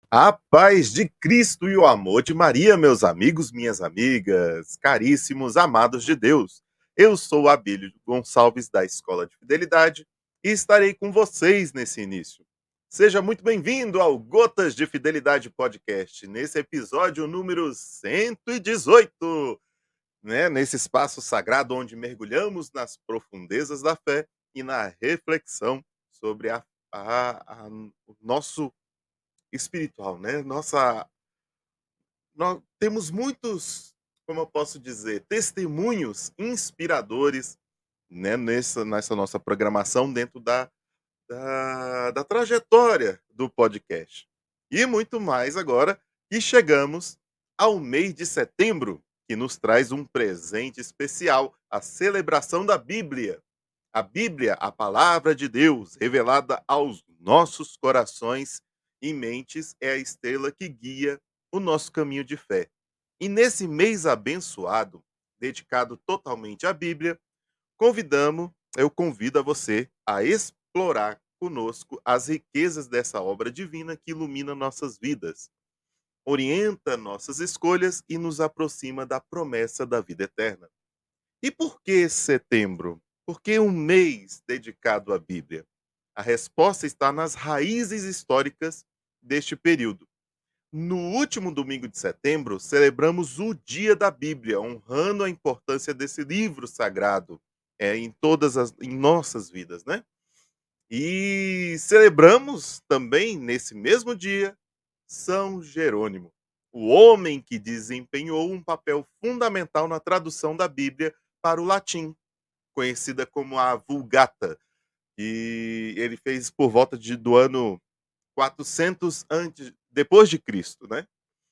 A paz de Cristo e o amor de Maria, meus amigos, minhas amigas, caríssimos amados de Deus. Eu sou Abílio Gonçalves da Escola de Fidelidade e estarei com vocês nesse início. Seja muito bem-vindo ao Gotas de Fidelidade Podcast, nesse episódio número 118, né? Nesse espaço sagrado onde mergulhamos nas profundezas da fé e na reflexão sobre o nosso espiritual, né? Nós temos muitos, como eu posso dizer, testemunhos inspiradores, né, nessa nossa programação dentro da trajetória do podcast. E muito mais agora que chegamos ao mês de setembro, que nos traz um presente especial, a celebração da Bíblia. A Bíblia, a palavra de Deus, revelada aos nossos corações e mentes, é a estrela que guia o nosso caminho de fé. E nesse mês abençoado, dedicado totalmente à Bíblia, eu convido a você a explorar conosco as riquezas dessa obra divina que ilumina nossas vidas, orienta nossas escolhas e nos aproxima da promessa da vida eterna. E por que setembro? Por que um mês dedicado à Bíblia? A resposta está nas raízes históricas deste período. No último domingo de setembro, celebramos o Dia da Bíblia, honrando a importância desse livro sagrado em nossas vidas, né? E celebramos também nesse mesmo dia São Jerônimo, o homem que desempenhou um papel fundamental na tradução da Bíblia para o latim, conhecida como a Vulgata, e ele fez por volta do ano 400 antes, depois de Cristo, né?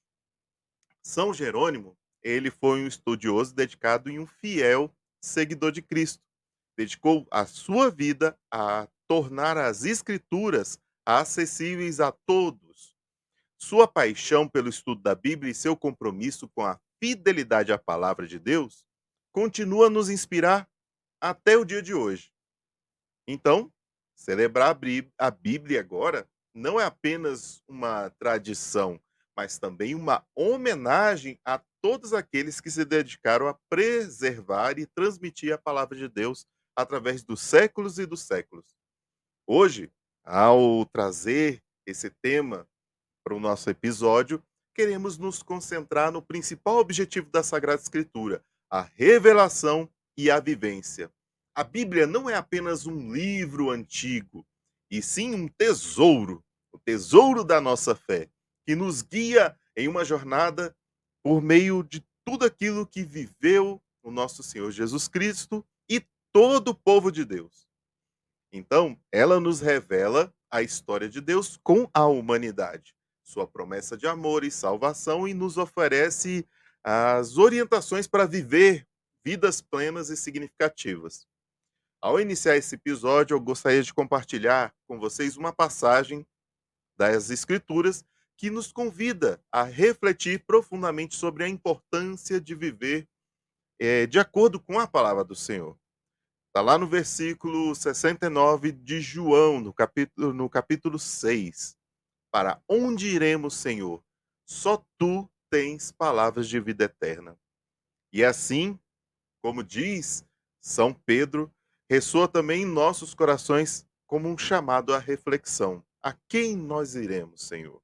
São Jerônimo, ele foi um estudioso dedicado e um fiel seguidor de Cristo. Dedicou a sua vida a tornar as escrituras acessíveis a todos. Sua paixão pelo estudo da Bíblia e seu compromisso com a fidelidade à palavra de Deus continua a nos inspirar até o dia de hoje. Então, celebrar a Bíblia agora não é apenas uma tradição, mas também uma homenagem a todos aqueles que se dedicaram a preservar e transmitir a palavra de Deus através dos séculos e dos séculos. Hoje, ao trazer esse tema para o nosso episódio, queremos nos concentrar no principal objetivo da Sagrada Escritura, a revelação e a vivência. A Bíblia não é apenas um livro antigo, e sim um tesouro, o tesouro da nossa fé, que nos guia em uma jornada por meio de tudo aquilo que viveu o nosso Senhor Jesus Cristo e todo o povo de Deus. Então, ela nos revela a história de Deus com a humanidade, sua promessa de amor e salvação, e nos oferece as orientações para viver vidas plenas e significativas. Ao iniciar esse episódio, eu gostaria de compartilhar com vocês uma passagem das Escrituras que nos convida a refletir profundamente sobre a importância de viver de acordo com a palavra do Senhor. Está lá no versículo 69 de João, no capítulo 6. Para onde iremos, Senhor? Só tu tens palavras de vida eterna. E assim, como diz São Pedro, ressoa também em nossos corações como um chamado à reflexão. A quem nós iremos, Senhor?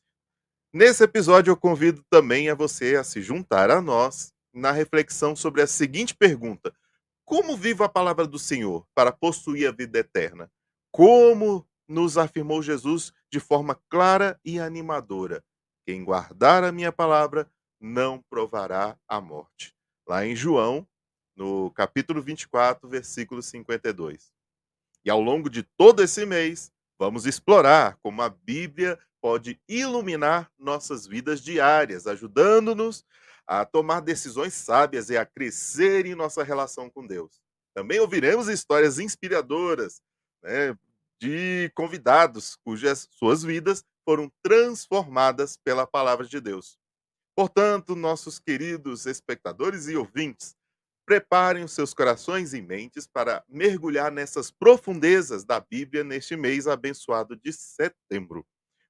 Nesse episódio, eu convido também a você a se juntar a nós na reflexão sobre a seguinte pergunta: como vivo a palavra do Senhor para possuir a vida eterna? Como nos afirmou Jesus de forma clara e animadora: quem guardar a minha palavra não provará a morte. Lá em João, no capítulo 24, versículo 52. E ao longo de todo esse mês, vamos explorar como a Bíblia pode iluminar nossas vidas diárias, ajudando-nos a tomar decisões sábias e a crescer em nossa relação com Deus. Também ouviremos histórias inspiradoras, né, de convidados cujas suas vidas foram transformadas pela palavra de Deus. Portanto, nossos queridos espectadores e ouvintes, preparem os seus corações e mentes para mergulhar nessas profundezas da Bíblia neste mês abençoado de setembro.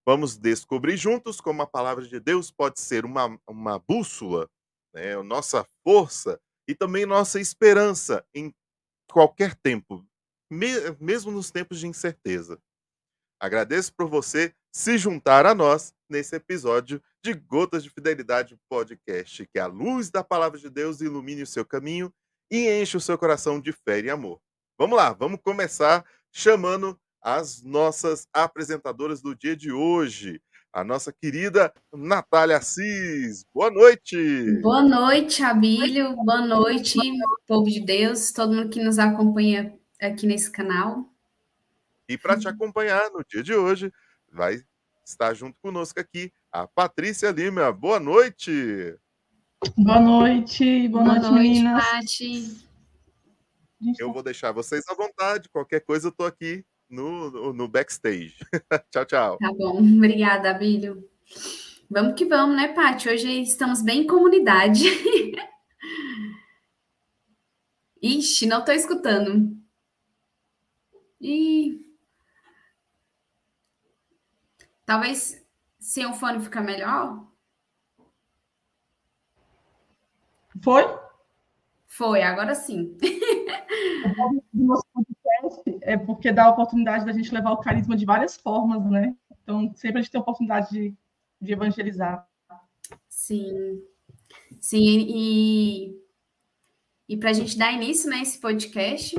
Vamos descobrir juntos como a palavra de Deus pode ser uma bússola, né, nossa força e também nossa esperança em qualquer tempo, mesmo nos tempos de incerteza. Agradeço por você se juntar a nós nesse episódio de Gotas de Fidelidade Podcast. Que a luz da palavra de Deus ilumine o seu caminho e enche o seu coração de fé e amor. Vamos lá, vamos começar chamando as nossas apresentadoras do dia de hoje. A nossa querida Natália Assis. Boa noite! Boa noite, Abílio. Boa noite, povo de Deus, todo mundo que nos acompanha aqui nesse canal. E para te acompanhar no dia de hoje, vai estar junto conosco aqui a Patrícia Lima. Boa noite! Boa noite meninas. Paty. Eu vou deixar vocês à vontade. Qualquer coisa, eu tô aqui no backstage. Tchau, tchau. Tá bom, obrigada, Abílio. Vamos que vamos, né, Paty? Hoje estamos bem em comunidade. Ixi, não tô escutando. Talvez sem o fone fica melhor? Foi? Foi, agora sim. O nosso podcast é porque dá a oportunidade da gente levar o carisma de várias formas, né? Então, sempre a gente tem a oportunidade de evangelizar. Sim. E para a gente dar início, né, esse podcast,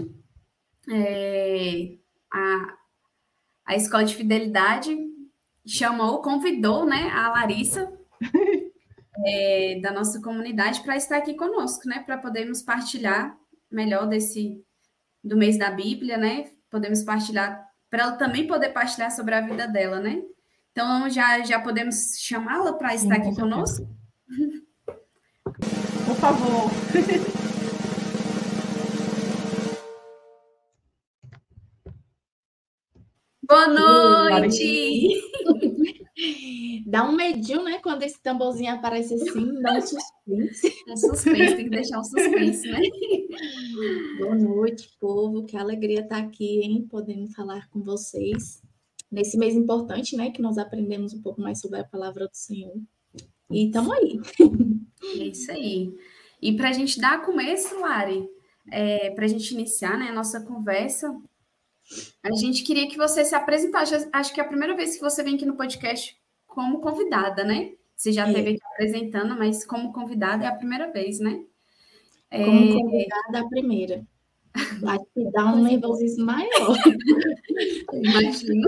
a Escola de Fidelidade convidou, né, a Larissa da nossa comunidade para estar aqui conosco, né, para podermos partilhar melhor do mês da Bíblia, né, podemos partilhar, para ela também poder partilhar sobre a vida dela, né. Então, já podemos chamá-la para estar aqui conosco? Por favor. Boa noite! Dá um medinho, né? Quando esse tamborzinho aparece assim, dá um suspense. Um suspense, tem que deixar um suspense, né? Boa noite, povo. Que alegria estar aqui, hein? Podendo falar com vocês. Nesse mês importante, né? Que nós aprendemos um pouco mais sobre a palavra do Senhor. E estamos aí. É isso aí. E para a gente dar começo, Lari, para a gente iniciar, né, a nossa conversa, a gente queria que você se apresentasse. Acho que é a primeira vez que você vem aqui no podcast como convidada, né? Você já esteve aqui apresentando, mas como convidada é a primeira vez, né? Como convidada, a primeira. Vai te dar um nervosismo maior. Imagino.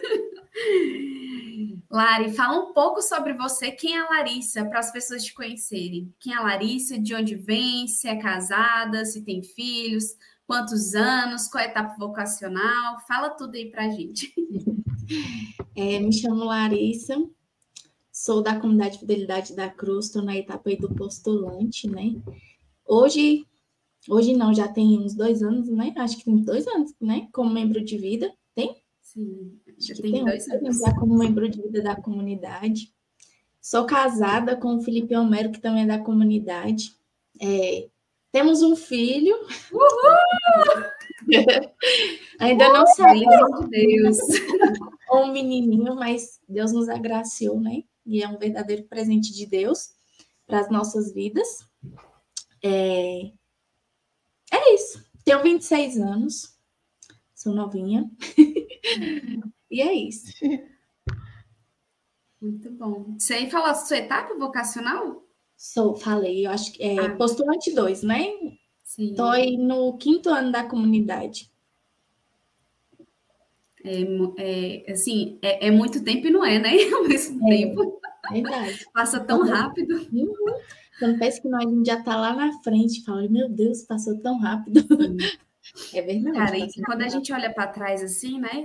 Lari, fala um pouco sobre você. Quem é a Larissa, para as pessoas te conhecerem. Quem é a Larissa, de onde vem, se é casada, se tem filhos, quantos anos, qual é a etapa vocacional. Fala tudo aí para a gente. Me chamo Larissa, sou da comunidade Fidelidade da Cruz, estou na etapa aí do postulante, né? Hoje não, já tem uns 2 anos, né? Acho que tem 2 anos, né? Como membro de vida, tem? Sim, acho que tem 2 anos já como membro de vida da comunidade. Sou casada com o Felipe Homero, que também é da comunidade. Temos um filho. Uhul! Ainda não sabemos de Deus. Um menininho, mas Deus nos agraciou, né? E é um verdadeiro presente de Deus para as nossas vidas. É isso. Tenho 26 anos. Sou novinha. E é isso. Muito bom. Você aí falou a sua etapa vocacional? Falei. Eu acho que é postulante 2, né? Sim. Estou aí no 5º ano da comunidade. Assim, é muito tempo e não é, né? Ao mesmo tempo. Verdade. Passa tão rápido. Quando pensa que nós já está lá na frente, fala, meu Deus, passou tão rápido. É verdade. Cara, e quando a gente olha para trás assim, né?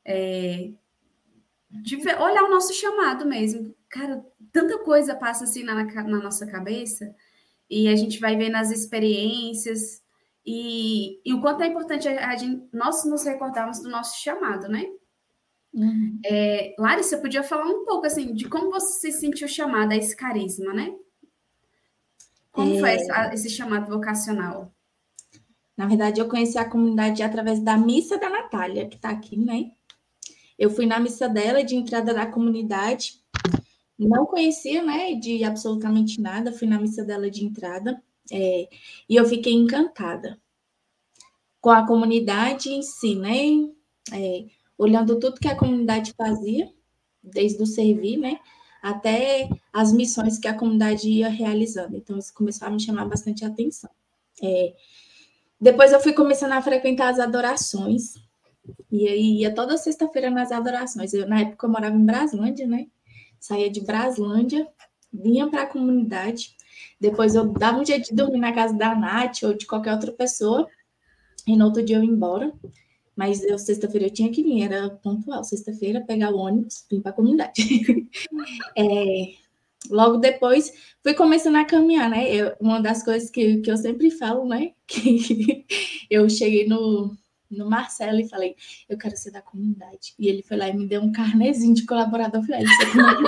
De olhar o nosso chamado mesmo. Cara, tanta coisa passa assim na nossa cabeça e a gente vai vendo as experiências e o quanto é importante nós nos recordarmos do nosso chamado, né? Uhum. Larissa, você podia falar um pouco assim de como você se sentiu chamada a esse carisma, né? Como foi esse chamado vocacional? Na verdade, eu conheci a comunidade através da missa da Natália, que está aqui, né? Eu fui na missa dela de entrada da comunidade, não conhecia, né, de absolutamente nada, fui na missa dela de entrada, e eu fiquei encantada com a comunidade em si, né, olhando tudo que a comunidade fazia, desde o servir, né, até as missões que a comunidade ia realizando. Então, isso começou a me chamar bastante atenção. Depois eu fui começando a frequentar as adorações, e aí ia toda sexta-feira nas adorações. Na época eu morava em Braslândia, né? Saía de Braslândia, vinha para a comunidade, depois eu dava um jeito de dormir na casa da Nath ou de qualquer outra pessoa, e no outro dia eu ia embora. Mas sexta-feira eu tinha que vir, era pontual. Sexta-feira, pegar o ônibus, vir para a comunidade. Logo depois, fui começando a caminhar, né? Uma das coisas que eu sempre falo, né? Que eu cheguei no Marcelo e falei, eu quero ser da comunidade. E ele foi lá e me deu um carnezinho de colaborador. Eu falei, isso aqui não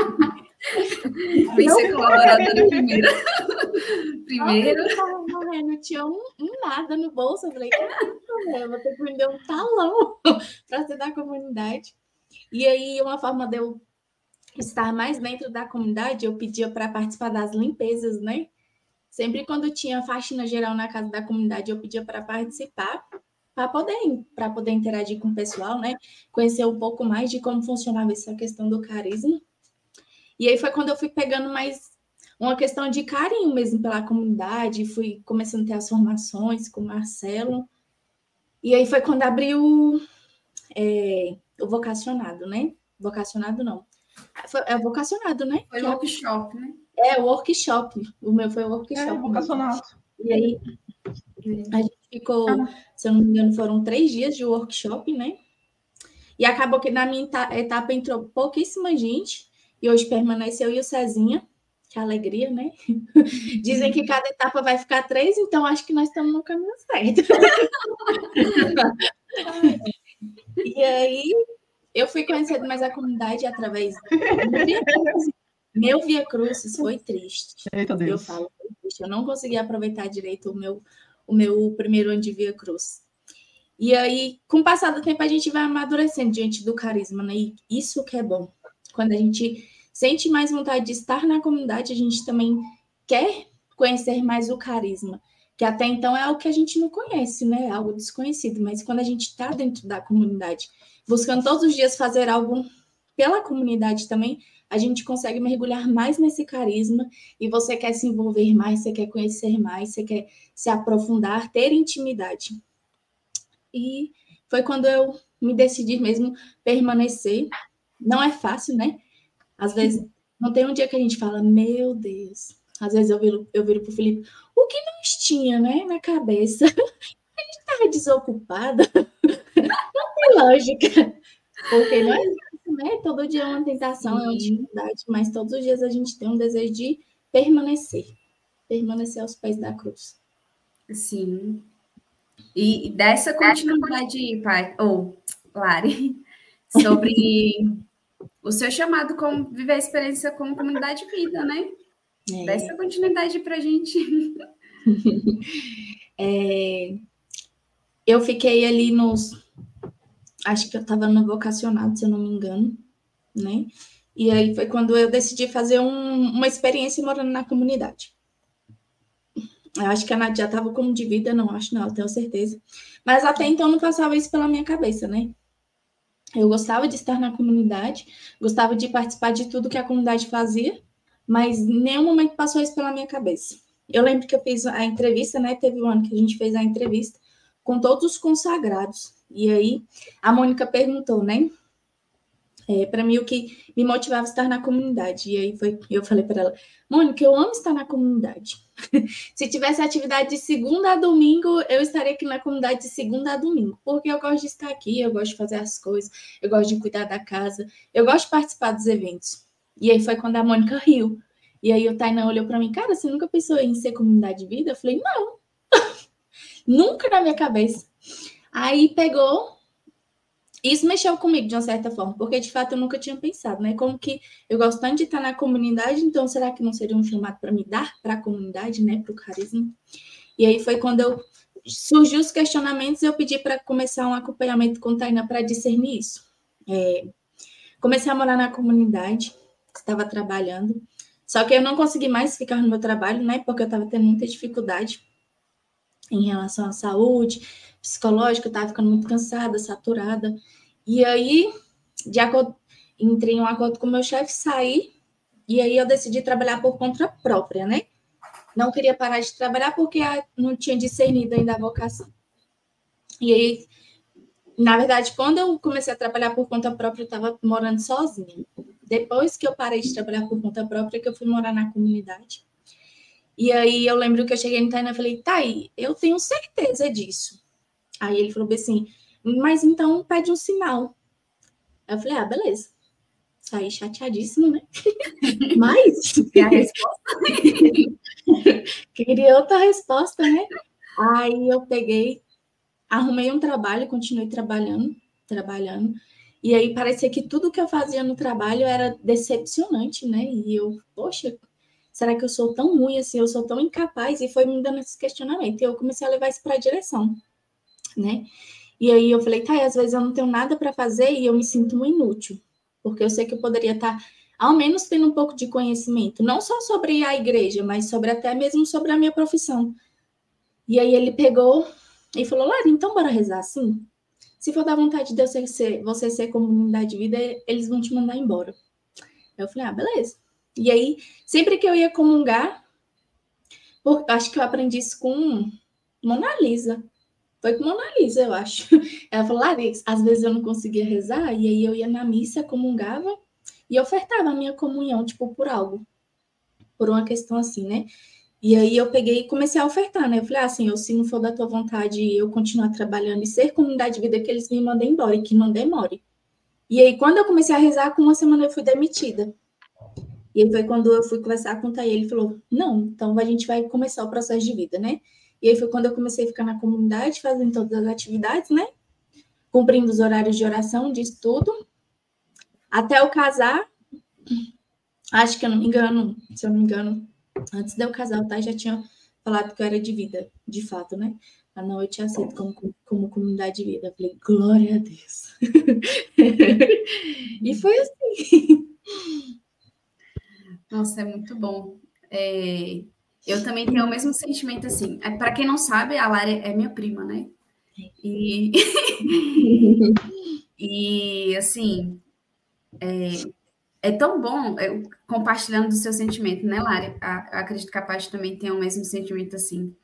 Vem ser colaboradora primeiro. Primeiro. Eu tava morrendo, não tinha nada no bolso. Eu falei, eu vou ter que vender um talão para ser da comunidade. E aí, uma forma de eu estar mais dentro da comunidade, eu pedia para participar das limpezas, né? Sempre quando tinha faxina geral na casa da comunidade, eu pedia para participar, para poder interagir com o pessoal, né? Conhecer um pouco mais de como funcionava essa questão do carisma. E aí foi quando eu fui pegando mais uma questão de carinho mesmo pela comunidade, fui começando a ter as formações com o Marcelo. E aí foi quando abriu o vocacionado, né? Vocacionado não. É vocacionado, né? Foi o workshop, né? O workshop. O meu foi o workshop. Vocacionado. E aí a gente ficou, se eu não me engano, foram 3 dias de workshop, né? E acabou que na minha etapa entrou pouquíssima gente, e hoje permaneceu eu e o Cezinha, que alegria, né? Dizem que cada etapa vai ficar 3, então acho que nós estamos no caminho certo. E aí eu fui conhecendo mais a comunidade através do Via Cruz. Meu Via Cruz foi triste. Eita Deus. Eu falo, foi triste. Eu não consegui aproveitar direito o meu primeiro ano de Via Cruz. E aí, com o passar do tempo, a gente vai amadurecendo diante do carisma, né? E isso que é bom. Quando a gente sente mais vontade de estar na comunidade, a gente também quer conhecer mais o carisma, que até então é algo que a gente não conhece, né? É algo desconhecido. Mas quando a gente está dentro da comunidade, buscando todos os dias fazer algo pela comunidade também, a gente consegue mergulhar mais nesse carisma, e você quer se envolver mais, você quer conhecer mais, você quer se aprofundar, ter intimidade. E foi quando eu me decidi mesmo permanecer. Não é fácil, né? Às vezes, não tem um dia que a gente fala, meu Deus. Às vezes eu viro pro Felipe, o que nós tinha, né, na cabeça? A gente estava desocupada. Não tem lógica. Porque não é fácil, né? Todo dia é uma tentação, é uma dificuldade, mas todos os dias a gente tem um desejo de permanecer. Permanecer aos pés da cruz. Sim. E dessa continuidade, pai, Lari, sobre o seu chamado como viver a experiência como comunidade de vida, né? Dessa continuidade pra gente. Eu fiquei ali acho que eu estava no vocacionado, se eu não me engano, né? E aí foi quando eu decidi fazer uma experiência morando na comunidade. Eu acho que a Nath já estava como de vida, não acho, não, eu tenho certeza. Mas até então não passava isso pela minha cabeça, né? Eu gostava de estar na comunidade, gostava de participar de tudo que a comunidade fazia, mas em nenhum momento passou isso pela minha cabeça. Eu lembro que eu fiz a entrevista, né? Teve um ano que a gente fez a entrevista com todos os consagrados. E aí a Mônica perguntou, né? Para mim, o que me motivava a estar na comunidade. E aí eu falei para ela, Mônica, eu amo estar na comunidade. Se tivesse atividade de segunda a domingo, eu estaria aqui na comunidade de segunda a domingo, porque eu gosto de estar aqui, eu gosto de fazer as coisas, eu gosto de cuidar da casa, eu gosto de participar dos eventos. E aí foi quando a Mônica riu. E aí o Tainan olhou para mim, cara, você nunca pensou em ser comunidade de vida? Eu falei, não. Nunca na minha cabeça. Aí pegou... Isso mexeu comigo de uma certa forma, porque de fato eu nunca tinha pensado, né? Como que eu gosto tanto de estar na comunidade, então será que não seria um chamado para me dar para a comunidade, né? Para o carisma? E aí foi quando surgiu os questionamentos e eu pedi para começar um acompanhamento com Tainá para discernir isso. Comecei a morar na comunidade, estava trabalhando, só que eu não consegui mais ficar no meu trabalho, né? Porque eu estava tendo muita dificuldade em relação à saúde psicológica, eu estava ficando muito cansada, saturada. E aí, entrei em um acordo com o meu chefe, saí, e aí eu decidi trabalhar por conta própria, né? Não queria parar de trabalhar porque não tinha discernido ainda a vocação. E aí, na verdade, quando eu comecei a trabalhar por conta própria, eu estava morando sozinha. Depois que eu parei de trabalhar por conta própria, que eu fui morar na comunidade. E aí eu lembro que eu cheguei no Tainá e falei, Thay, eu tenho certeza disso. Aí ele falou assim, mas então pede um sinal. Eu falei, beleza. Saí chateadíssimo, né? Mas... E a resposta? Queria outra resposta, né? Aí eu peguei, arrumei um trabalho, continuei trabalhando. E aí parecia que tudo que eu fazia no trabalho era decepcionante, né? E eu, poxa, será que eu sou tão ruim assim? Eu sou tão incapaz? E foi me dando esse questionamento. E eu comecei a levar isso para a direção, né? E aí eu falei, tá, às vezes eu não tenho nada para fazer e eu me sinto um inútil. Porque eu sei que eu poderia estar, ao menos, tendo um pouco de conhecimento. Não só sobre a igreja, mas sobre até mesmo sobre a minha profissão. E aí ele pegou e falou, Lara, então bora rezar assim? Se for da vontade de Deus você ser comunidade de vida, eles vão te mandar embora. Eu falei, beleza. E aí, sempre que eu ia comungar, acho que eu aprendi isso com Mona Lisa. Foi com Mona Lisa, eu acho. Ela falou, Larissa, às vezes eu não conseguia rezar, e aí eu ia na missa, comungava, e ofertava a minha comunhão, tipo, por algo. Por uma questão assim, né? E aí eu peguei e comecei a ofertar, né? Eu falei, Senhor, se não for da tua vontade eu continuar trabalhando e ser comunidade de vida, que eles me mandem embora e que não demore. E aí, quando eu comecei a rezar, com uma semana eu fui demitida. E aí foi quando eu fui conversar com o Thay, ele falou, não, então a gente vai começar o processo de vida, né? E aí foi quando eu comecei a ficar na comunidade, fazendo todas as atividades, né? Cumprindo os horários de oração, de estudo. Até eu casar, acho que eu não me engano, se eu não me engano, antes de eu casar, o Thay já tinha falado que eu era de vida, de fato, né? A noite eu aceito como comunidade de vida. Eu falei, glória a Deus. E foi assim. Nossa, é muito bom. Eu também tenho o mesmo sentimento, assim. Para quem não sabe, a Lara é minha prima, né? E, e assim, é tão bom compartilhando do seu sentimento, né, Lara? Eu acredito que a Paty também tem o mesmo sentimento, assim,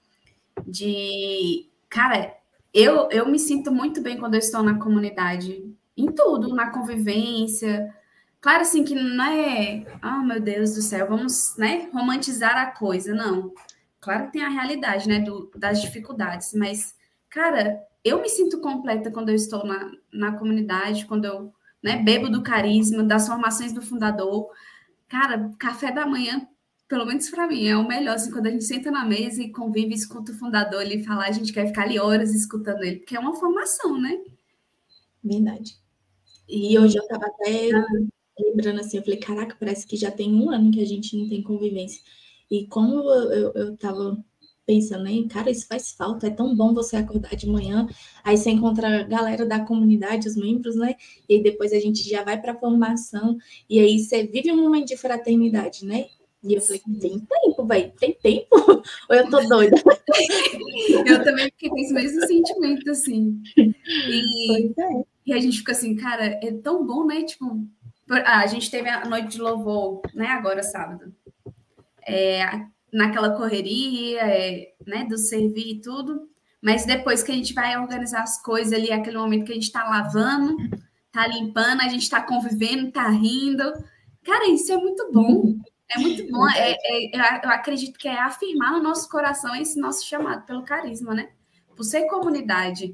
cara, eu me sinto muito bem quando eu estou na comunidade, em tudo, na convivência. Claro, assim, que não é, meu Deus do céu, vamos, né, romantizar a coisa, não. Claro que tem a realidade, né, das dificuldades, mas, cara, eu me sinto completa quando eu estou na comunidade, quando eu, né, bebo do carisma, das formações do fundador. Cara, café da manhã, pelo menos para mim, é o melhor, assim, quando a gente senta na mesa e convive, escuta o fundador ali falar, a gente quer ficar ali horas escutando ele, porque é uma formação, né? Verdade. E hoje eu estava até lembrando assim, eu falei, caraca, parece que já tem 1 ano que a gente não tem convivência. E como eu tava pensando, né, cara, isso faz falta, é tão bom você acordar de manhã, aí você encontra a galera da comunidade, os membros, né, e aí depois a gente já vai para a formação, e aí você vive um momento de fraternidade, né? E eu falei, tem tempo, velho, tem tempo? Ou eu tô doida? Eu também fiquei com esse mesmo sentimento, assim. E a gente fica assim, cara, é tão bom, né? Tipo, a gente teve a noite de louvor, né? Agora, sábado. Naquela correria, né? Do servir e tudo. Mas depois que a gente vai organizar as coisas ali, aquele momento que a gente tá lavando, tá limpando, a gente tá convivendo, tá rindo. Cara, isso é muito bom. É muito bom. Eu acredito que é afirmar no nosso coração esse nosso chamado pelo carisma, né? Por ser comunidade.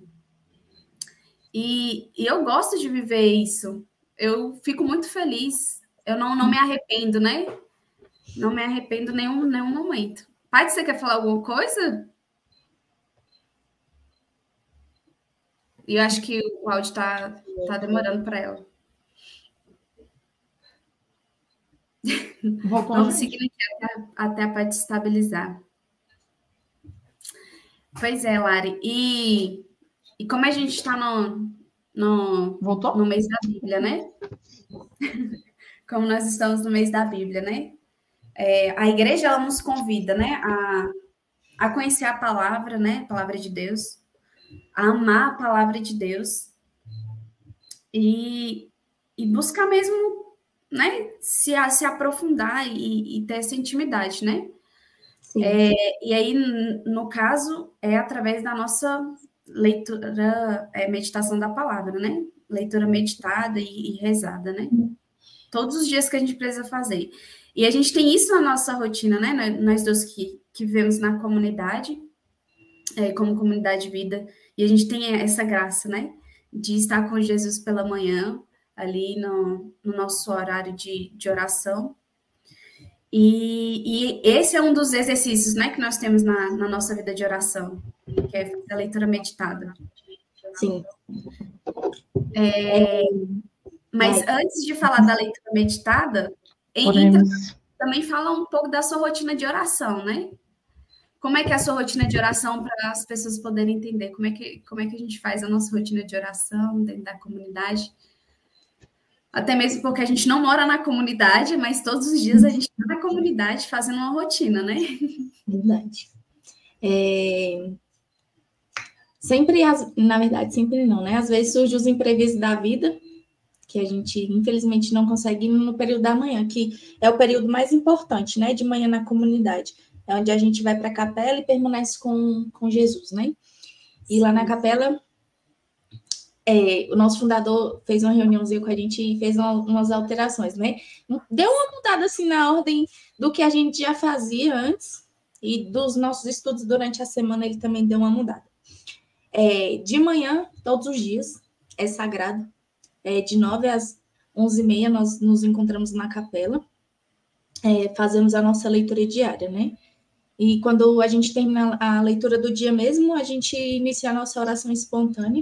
E eu gosto de viver isso. Eu fico muito feliz. Eu não me arrependo, né? Não me arrependo nenhum momento. Pai, você quer falar alguma coisa? E eu acho que o áudio tá demorando para ela. Vamos seguir aqui até a parte estabilizar. Pois é, Lari. E como a gente está Voltou? no mês da Bíblia, né? Como nós estamos no mês da Bíblia, né? A igreja, ela nos convida, né? A conhecer a palavra, né? A palavra de Deus. A amar a palavra de Deus. E buscar mesmo, né? Se aprofundar e ter essa intimidade, né? Sim. E aí, no caso, é através da nossa leitura, meditação da palavra, né? Leitura meditada e rezada, né? Todos os dias que a gente precisa fazer. E a gente tem isso na nossa rotina, né? Nós dois que vivemos na comunidade, como comunidade de vida, e a gente tem essa graça, né? De estar com Jesus pela manhã, ali no nosso horário de oração. E esse é um dos exercícios, né, que nós temos na nossa vida de oração, que é fazer a leitura meditada. Sim. Mas antes de falar da leitura meditada, também fala um pouco da sua rotina de oração, né? Como é que é a sua rotina de oração para as pessoas poderem entender como é que a gente faz a nossa rotina de oração dentro da comunidade? Até mesmo porque a gente não mora na comunidade, mas todos os dias a gente está na comunidade fazendo uma rotina, né? Verdade. Sempre, na verdade, sempre não, né? Às vezes surgem os imprevistos da vida, que a gente, infelizmente, não consegue ir no período da manhã, que é o período mais importante, né? De manhã na comunidade. É onde a gente vai para a capela e permanece com Jesus, né? E lá na capela, o nosso fundador fez uma reuniãozinha com a gente e fez umas alterações, né? Deu uma mudada, assim, na ordem do que a gente já fazia antes e dos nossos estudos durante a semana, ele também deu uma mudada. De manhã, todos os dias, é sagrado. De 9 às 11h30, nós nos encontramos na capela, fazemos a nossa leitura diária, né? E quando a gente termina a leitura do dia mesmo, a gente inicia a nossa oração espontânea,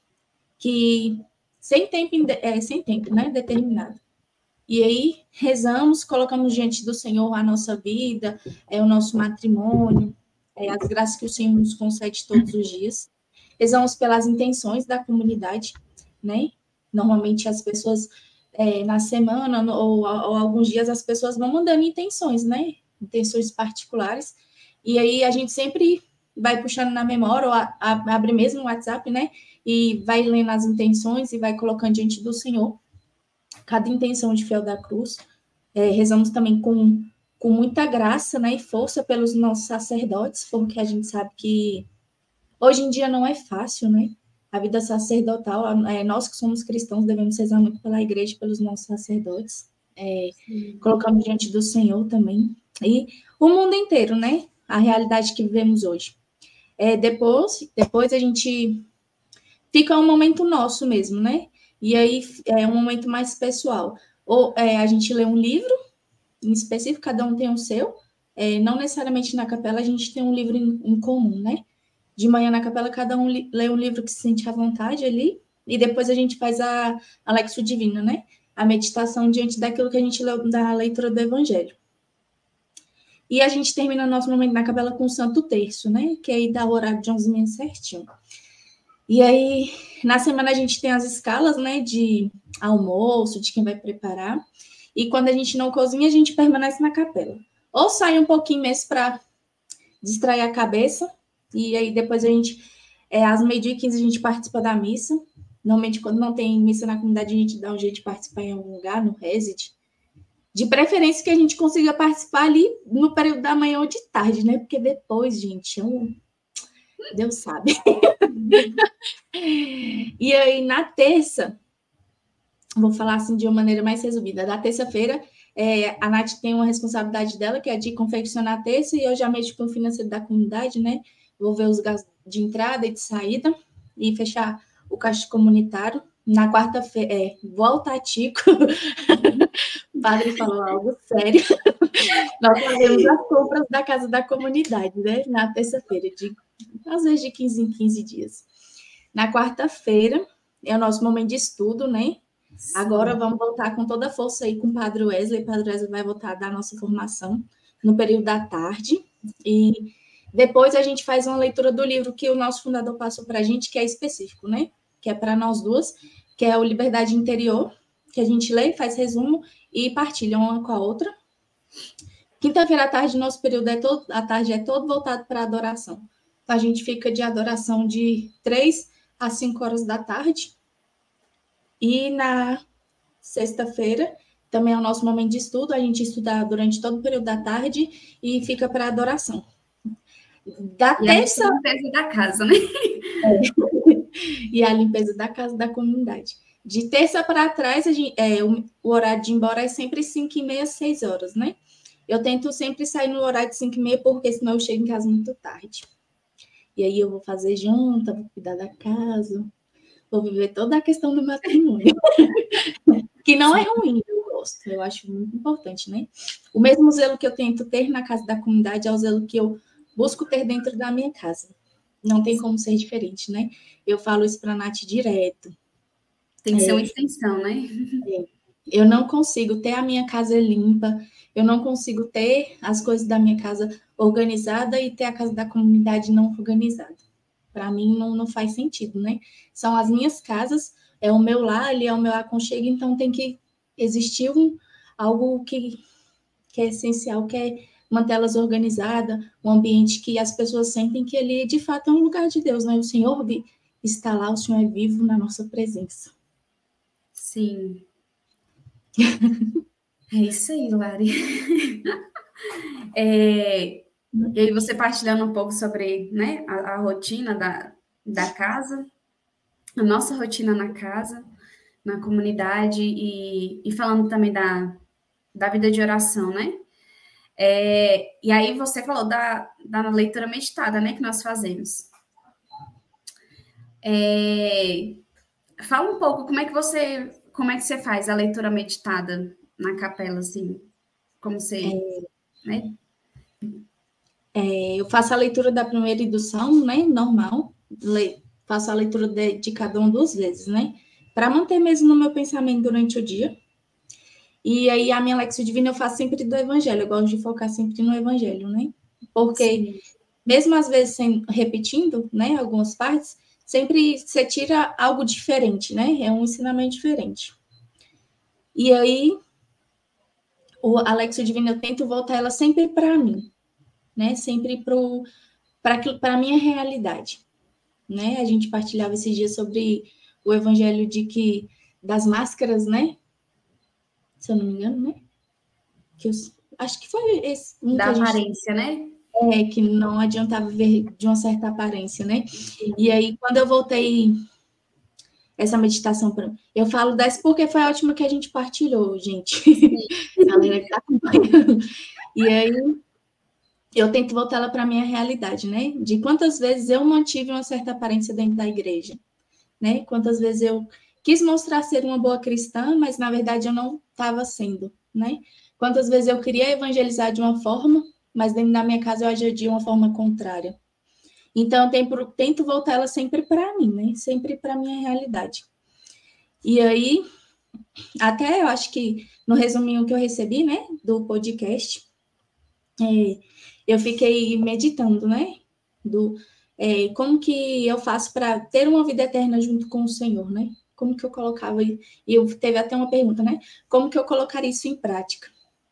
que sem tempo, né, determinado. E aí rezamos, colocamos diante do Senhor a nossa vida, o nosso matrimônio, as graças que o Senhor nos concede todos os dias. Rezamos pelas intenções da comunidade, né? Normalmente as pessoas, na semana ou alguns dias, as pessoas vão mandando intenções, né? Intenções particulares. E aí a gente sempre vai puxando na memória, ou abre mesmo o WhatsApp, né? E vai lendo as intenções e vai colocando diante do Senhor cada intenção de fiel da cruz. Rezamos também com muita graça, né? E força pelos nossos sacerdotes, porque a gente sabe que hoje em dia não é fácil, né? A vida sacerdotal, nós que somos cristãos devemos rezar muito pela igreja, pelos nossos sacerdotes. Colocamos diante do Senhor também. E o mundo inteiro, né? A realidade que vivemos hoje. Depois a gente fica um momento nosso mesmo, né? E aí é um momento mais pessoal. Ou a gente lê um livro, em específico, cada um tem o seu. Não necessariamente na capela a gente tem um livro em comum, né? De manhã na capela, cada um lê um livro que se sente à vontade ali, e depois a gente faz a Lexio Divina, né? A meditação diante daquilo que a gente leu da leitura do Evangelho. E a gente termina nosso momento na capela com o Santo Terço, né? Que aí dá o horário de 11h30 certinho. E aí, na semana a gente tem as escalas, né? De almoço, de quem vai preparar. E quando a gente não cozinha, a gente permanece na capela. Ou sai um pouquinho mesmo para distrair a cabeça. E aí depois a gente, às 12h15, a gente participa da missa. Normalmente, quando não tem missa na comunidade, a gente dá um jeito de participar em algum lugar, no Reset. De preferência que a gente consiga participar ali no período da manhã ou de tarde, né? Porque depois, gente, Deus sabe. E aí, na terça, vou falar assim de uma maneira mais resumida. Na terça-feira, a Nath tem uma responsabilidade dela, que é de confeccionar a terça, e eu já mexo com o financeiro da comunidade, né? Vou ver os gastos de entrada e de saída e fechar o caixa comunitário. Na quarta-feira, volta a Tico. O padre falou algo sério. Nós fazemos as compras da casa da comunidade, né? Na terça-feira, às vezes de 15 em 15 dias. Na quarta-feira é o nosso momento de estudo, né? Sim. Agora vamos voltar com toda a força aí com o Padre Wesley. O Padre Wesley vai voltar a dar a nossa formação no período da tarde. E depois a gente faz uma leitura do livro que o nosso fundador passou para a gente, que é específico, né? que é para nós duas, que é o Liberdade Interior, que a gente lê, faz resumo e partilha uma com a outra. Quinta-feira à tarde, nosso período à tarde é todo voltado para adoração. Então, a gente fica de adoração de 3 às 5 horas da tarde. E na sexta-feira também é o nosso momento de estudo. A gente estuda durante todo o período da tarde e fica para adoração. Da E terça... a limpeza da casa, né? E a limpeza da casa, da comunidade. De terça para trás, o horário de ir embora é sempre 5h30, 6 horas, né? Eu tento sempre sair no horário de 5h30, porque senão eu chego em casa muito tarde. E aí eu vou fazer janta, vou cuidar da casa, vou viver toda a questão do matrimônio. Que não é ruim, eu gosto, eu acho muito importante, né? O mesmo zelo que eu tento ter na casa da comunidade é o zelo que eu busco ter dentro da minha casa. Não tem como ser diferente, né? Eu falo isso para a Nath direto. Tem que ser uma extensão, né? Eu não consigo ter a minha casa limpa, eu não consigo ter as coisas da minha casa organizada e ter a casa da comunidade não organizada. Para mim, não faz sentido, né? São as minhas casas, é o meu lar, ali é o meu aconchego, então tem que existir algo que é essencial, que é mantê-las organizadas, um ambiente que as pessoas sentem que ali, de fato, é um lugar de Deus, né? O Senhor está lá, o Senhor é vivo na nossa presença. Sim. É isso aí, Lari. E aí você partilhando um pouco sobre, né, a rotina da casa, a nossa rotina na casa, na comunidade e falando também da vida de oração, né? E aí você falou da leitura meditada, né, que nós fazemos. Fala um pouco como é que você faz a leitura meditada na capela, assim, como você, né? Eu faço a leitura da primeira e do Salmo, né, normal, faço a leitura de cada um 2 vezes, né, para manter mesmo no meu pensamento durante o dia. E aí a minha Lexio Divina eu faço sempre do Evangelho, eu gosto de focar sempre no Evangelho, né, porque sim, mesmo às vezes repetindo, né, algumas partes, sempre você tira algo diferente, né, é um ensinamento diferente. E aí a Lexio Divina eu tento voltar ela sempre para mim, né, sempre para a minha realidade, né? A gente partilhava esses dias sobre o evangelho das máscaras, né? Se eu não me engano, né? Acho que foi esse. Da aparência, né? Que não adiantava ver de uma certa aparência, né? Sim. E aí, quando eu voltei essa meditação, eu falo dessa porque foi a última que a gente partilhou, gente. A galera que tá acompanhando. E aí, eu tento voltar ela para a minha realidade, né? De quantas vezes eu mantive uma certa aparência dentro da igreja, né? Quantas vezes eu quis mostrar ser uma boa cristã, mas na verdade eu não estava sendo, né? Quantas vezes eu queria evangelizar de uma forma, mas dentro da minha casa eu agia de uma forma contrária. Então eu tento voltar ela sempre para mim, né? Sempre para a minha realidade. E aí, até eu acho que no resuminho que eu recebi, né, do podcast, eu fiquei meditando, né? Como que eu faço para ter uma vida eterna junto com o Senhor, né? Como que eu colocava, e eu teve até uma pergunta, né? Como que eu colocaria isso em prática?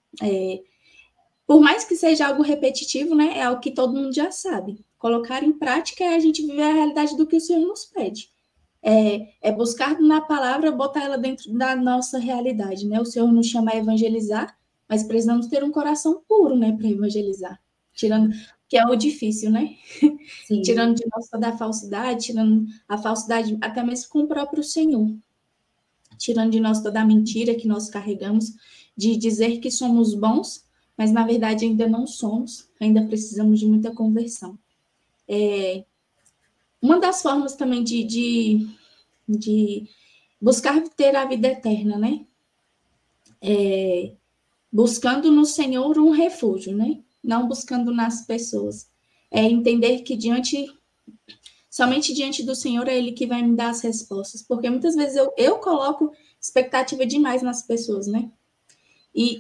Por mais que seja algo repetitivo, né? É algo que todo mundo já sabe. Colocar em prática é a gente viver a realidade do que o Senhor nos pede. É buscar na palavra, botar ela dentro da nossa realidade, né? O Senhor nos chama a evangelizar, mas precisamos ter um coração puro, né, para evangelizar. Que é o difícil, né? Sim. Tirando de nós toda a falsidade, tirando a falsidade até mesmo com o próprio Senhor. Tirando de nós toda a mentira que nós carregamos, de dizer que somos bons, mas na verdade ainda não somos, ainda precisamos de muita conversão. Uma das formas também de buscar ter a vida eterna, né? Buscando no Senhor um refúgio, né? Não buscando nas pessoas. Entender que somente diante do Senhor é Ele que vai me dar as respostas, porque muitas vezes eu coloco expectativa demais nas pessoas, né?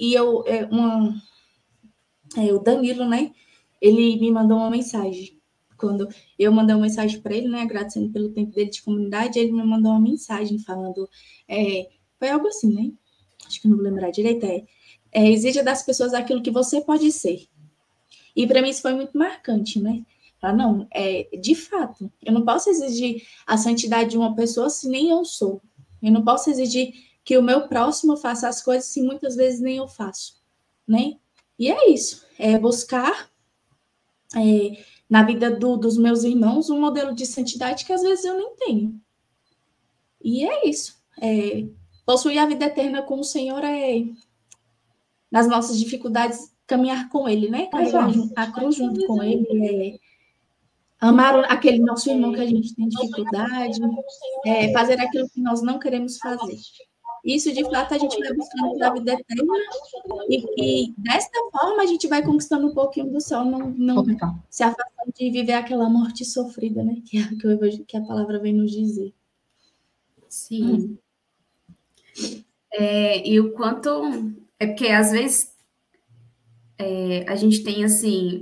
O Danilo, né? Ele me mandou uma mensagem quando eu mandei uma mensagem para ele, né, agradecendo pelo tempo dele de comunidade, ele me mandou uma mensagem falando, foi algo assim, né? Acho que eu não vou lembrar direito, exija das pessoas aquilo que você pode ser. E para mim isso foi muito marcante, né? Não, de fato, eu não posso exigir a santidade de uma pessoa se nem eu sou. Eu não posso exigir que o meu próximo faça as coisas se muitas vezes nem eu faço, né? E é isso, buscar na vida dos meus irmãos um modelo de santidade que às vezes eu nem tenho. E é isso. Possuir a vida eterna com o Senhor nas nossas dificuldades, caminhar com Ele, né? Carregar a cruz junto com Ele, amar aquele nosso irmão que a gente tem dificuldade, fazer aquilo que nós não queremos fazer. Isso, de fato, a gente vai buscando pela vida eterna e desta forma a gente vai conquistando um pouquinho do céu, não se afastando de viver aquela morte sofrida, né? Que a palavra vem nos dizer. Sim. E o quanto... É porque, às vezes, a gente tem, assim...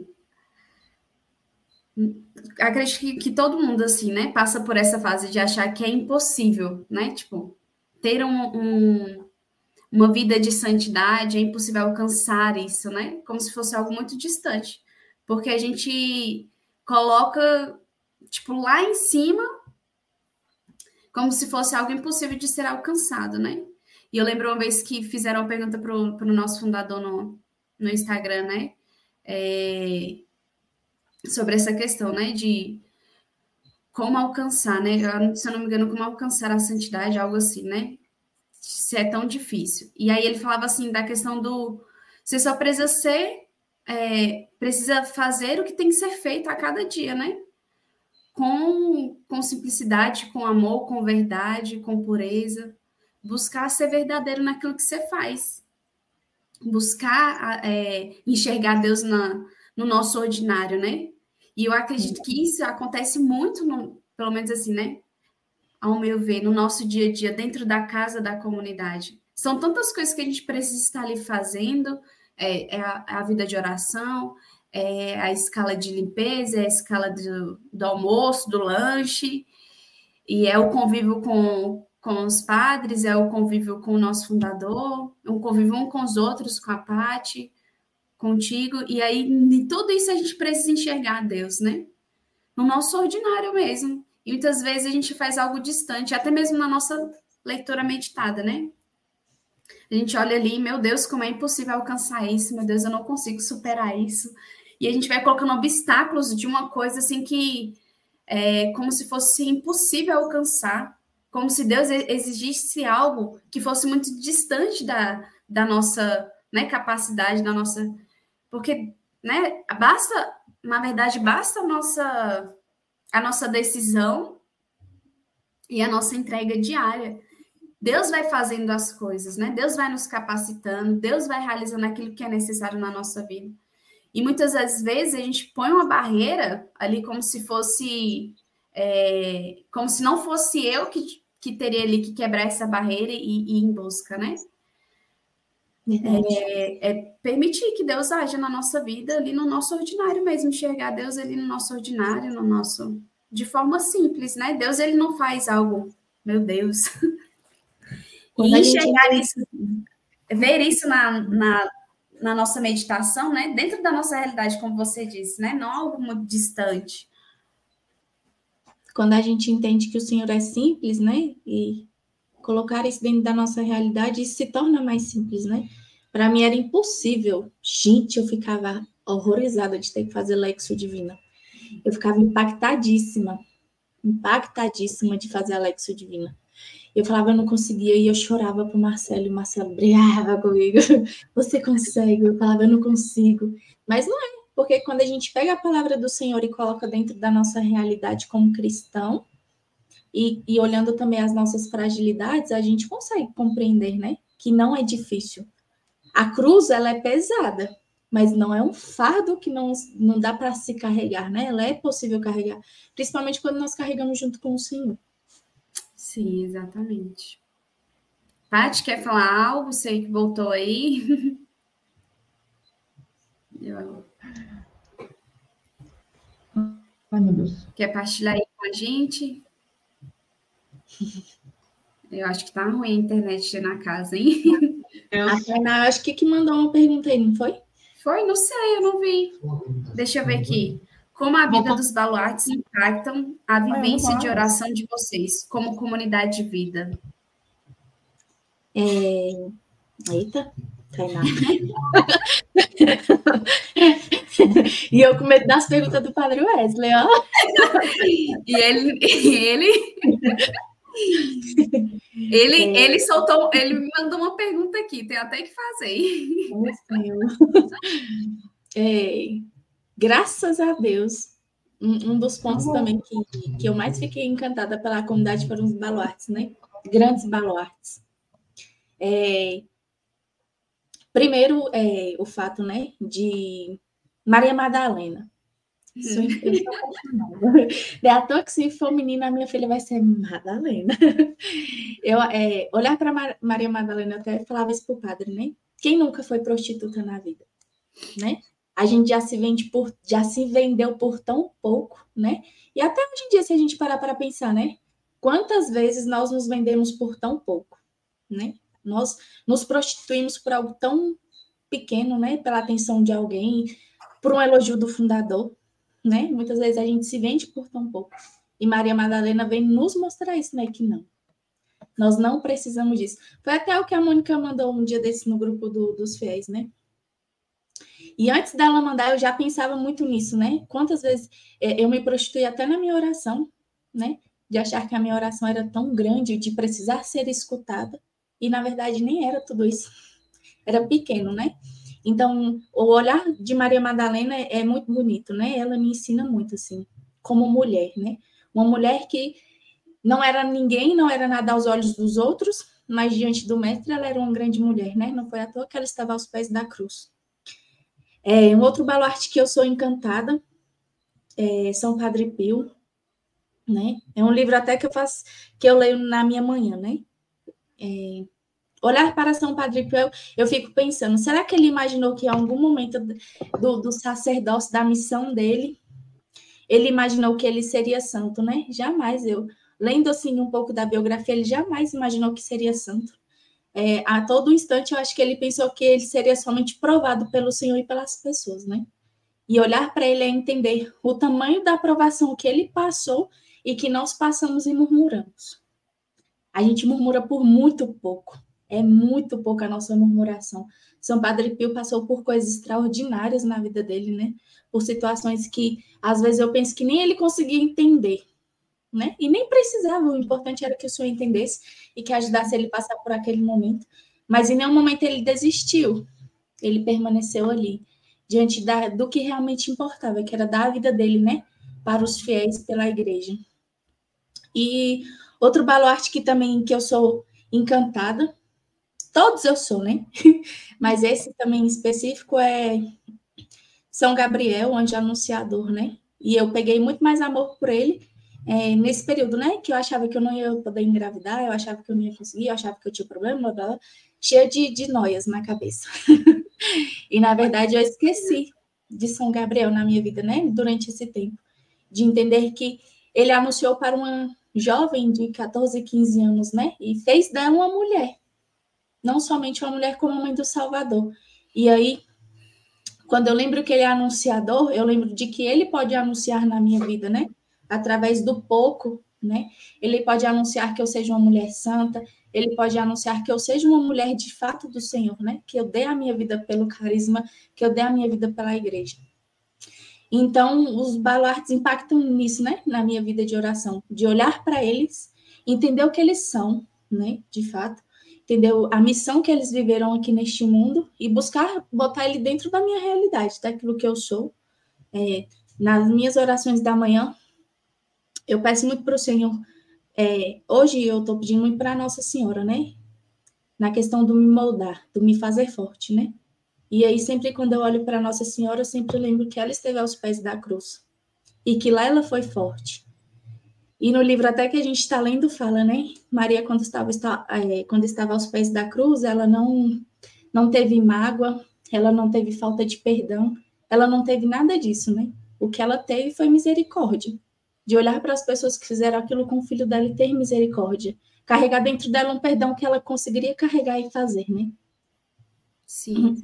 Acredito que todo mundo, assim, né? Passa por essa fase de achar que é impossível, né? Tipo, ter uma vida de santidade, é impossível alcançar isso, né? Como se fosse algo muito distante. Porque a gente coloca, tipo, lá em cima, como se fosse algo impossível de ser alcançado, né? E eu lembro uma vez que fizeram uma pergunta pro nosso fundador no Instagram, né? Sobre essa questão, né? De como alcançar, né? Se eu não me engano, como alcançar a santidade, algo assim, né? Se é tão difícil. E aí ele falava assim da questão do você só precisa precisa fazer o que tem que ser feito a cada dia, né? Com simplicidade, com amor, com verdade, com pureza. Buscar ser verdadeiro naquilo que você faz. Buscar enxergar Deus no nosso ordinário, né? E eu acredito que isso acontece muito, pelo menos assim, né? Ao meu ver, no nosso dia a dia, dentro da casa da comunidade. São tantas coisas que a gente precisa estar ali fazendo, a vida de oração, a escala de limpeza, a escala do almoço, do lanche, e é o convívio com os padres, é o convívio com o nosso fundador, o convívio um com os outros, com a Paty, contigo, e aí em tudo isso a gente precisa enxergar Deus, né? No nosso ordinário mesmo. E muitas vezes a gente faz algo distante, até mesmo na nossa leitura meditada, né? A gente olha ali, meu Deus, como é impossível alcançar isso, meu Deus, eu não consigo superar isso. E a gente vai colocando obstáculos de uma coisa assim que é como se fosse impossível alcançar, como se Deus exigisse algo que fosse muito distante da nossa, né, capacidade, da nossa... Porque, né, na verdade, basta a nossa decisão e a nossa entrega diária. Deus vai fazendo as coisas, né? Deus vai nos capacitando, Deus vai realizando aquilo que é necessário na nossa vida. E muitas das vezes a gente põe uma barreira ali como se fosse... como se não fosse eu que teria ali que quebrar essa barreira e ir em busca, né? Permitir que Deus haja na nossa vida, ali no nosso ordinário mesmo, enxergar Deus ali no nosso ordinário, de forma simples, né? Deus, ele não faz algo, meu Deus. E enxergar isso, ver isso na nossa meditação, né? Dentro da nossa realidade, como você disse, né? Não algo muito distante. Quando a gente entende que o Senhor é simples, né? E colocar isso dentro da nossa realidade, isso se torna mais simples, né? Para mim era impossível. Gente, eu ficava horrorizada de ter que fazer Lexio Divina. Eu ficava impactadíssima de fazer a Lexio Divina. Eu falava, eu não conseguia, e eu chorava pro Marcelo, e o Marcelo brigava comigo. Você consegue? Eu falava, eu não consigo. Mas não é, porque quando a gente pega a palavra do Senhor e coloca dentro da nossa realidade como cristão, e olhando também as nossas fragilidades, a gente consegue compreender, né? Que não é difícil. A cruz, ela é pesada, mas não é um fardo que não dá para se carregar, né? Ela é possível carregar, principalmente quando nós carregamos junto com o Senhor. Sim, exatamente. Paty, quer falar algo? Sei que voltou aí. Ai, meu Deus. Quer partilhar aí com a gente? Eu acho que tá ruim a internet na casa, hein? A Tainá, acho que mandou uma pergunta aí, não foi? Foi? Não sei, eu não vi. Deixa eu ver aqui. Como a vida dos baluartes impactam a vivência de oração de vocês, como comunidade de vida? Eita, Tainá. E eu com medo das perguntas do Padre Wesley, ó. Ele soltou, ele me mandou uma pergunta aqui, tem até que fazer. Graças a Deus, um dos pontos também que eu mais fiquei encantada pela comunidade foram os baluartes, né? Grandes baluartes. Primeiro, o fato, né, de Maria Madalena. Eu sou apaixonada. É à toa que se for menina, a minha filha vai ser Madalena. Olhar para Maria Madalena, eu até falava isso para o padre, né? Quem nunca foi prostituta na vida, né? A gente já se vendeu por tão pouco, né? E até hoje em dia, se a gente parar para pensar, né? Quantas vezes nós nos vendemos por tão pouco, né? Nós nos prostituímos por algo tão pequeno, né? Pela atenção de alguém, por um elogio do fundador, né? Muitas vezes a gente se vende por tão pouco. E Maria Madalena vem nos mostrar isso, né? Que não. Nós não precisamos disso. Foi até o que a Mônica mandou um dia desse no grupo dos fiéis, né? E antes dela mandar, eu já pensava muito nisso, né? Quantas vezes eu me prostituí até na minha oração, né? De achar que a minha oração era tão grande, de precisar ser escutada. E, na verdade, nem era tudo isso. Era pequeno, né? Então, o olhar de Maria Madalena é muito bonito, né? Ela me ensina muito, assim, como mulher, né? Uma mulher que não era ninguém, não era nada aos olhos dos outros, mas diante do mestre ela era uma grande mulher, né? Não foi à toa que ela estava aos pés da cruz. Um outro baluarte que eu sou encantada é São Padre Pio, né? É um livro até que eu leio na minha manhã, né? Olhar para São Padre Pio, eu fico pensando, será que ele imaginou que em algum momento do sacerdócio, da missão dele, ele imaginou que ele seria santo, né? Jamais. Lendo assim um pouco da biografia, ele jamais imaginou que seria santo. A todo instante, eu acho que ele pensou que ele seria somente provado pelo Senhor e pelas pessoas, né? E olhar para ele é entender o tamanho da aprovação que ele passou e que nós passamos e murmuramos. A gente murmura por muito pouco. É muito pouca a nossa murmuração. São Padre Pio passou por coisas extraordinárias na vida dele, né? Por situações que, às vezes, eu penso que nem ele conseguia entender, né? E nem precisava, o importante era que o Senhor entendesse e que ajudasse ele a passar por aquele momento. Mas em nenhum momento ele desistiu. Ele permaneceu ali, diante do que realmente importava, que era dar a vida dele, né? Para os fiéis, pela igreja. E outro baluarte que eu sou encantada, todos eu sou, né? Mas esse também em específico é São Gabriel, anjo anunciador, né? E eu peguei muito mais amor por ele nesse período, né? Que eu achava que eu não ia poder engravidar, eu achava que eu não ia conseguir, eu achava que eu tinha problema, blá, blá, blá, cheia de noias na cabeça. E, na verdade, eu esqueci de São Gabriel na minha vida, né? Durante esse tempo. De entender que ele anunciou para uma jovem de 14, 15 anos, né? E fez dela uma mulher. Não somente uma mulher, como a mãe do Salvador. E aí, quando eu lembro que ele é anunciador, eu lembro de que ele pode anunciar na minha vida, né? Através do pouco, né? Ele pode anunciar que eu seja uma mulher santa, ele pode anunciar que eu seja uma mulher de fato do Senhor, né? Que eu dê a minha vida pelo carisma, que eu dê a minha vida pela igreja. Então, os baluartes impactam nisso, né? Na minha vida de oração, de olhar para eles, entender o que eles são, né? De fato, entender a missão que eles viveram aqui neste mundo e buscar botar ele dentro da minha realidade, daquilo que eu sou. Nas minhas orações da manhã, eu peço muito para o Senhor. Hoje eu estou pedindo muito para Nossa Senhora, né? Na questão do me moldar, do me fazer forte, né? E aí, sempre quando eu olho para Nossa Senhora, eu sempre lembro que ela esteve aos pés da cruz. E que lá ela foi forte. E no livro até que a gente está lendo, fala, né? Maria, quando estava aos pés da cruz, ela não teve mágoa, ela não teve falta de perdão, ela não teve nada disso, né? o que ela teve foi misericórdia. De olhar para as pessoas que fizeram aquilo com o filho dela e ter misericórdia. Carregar dentro dela um perdão que ela conseguiria carregar e fazer, né? Sim.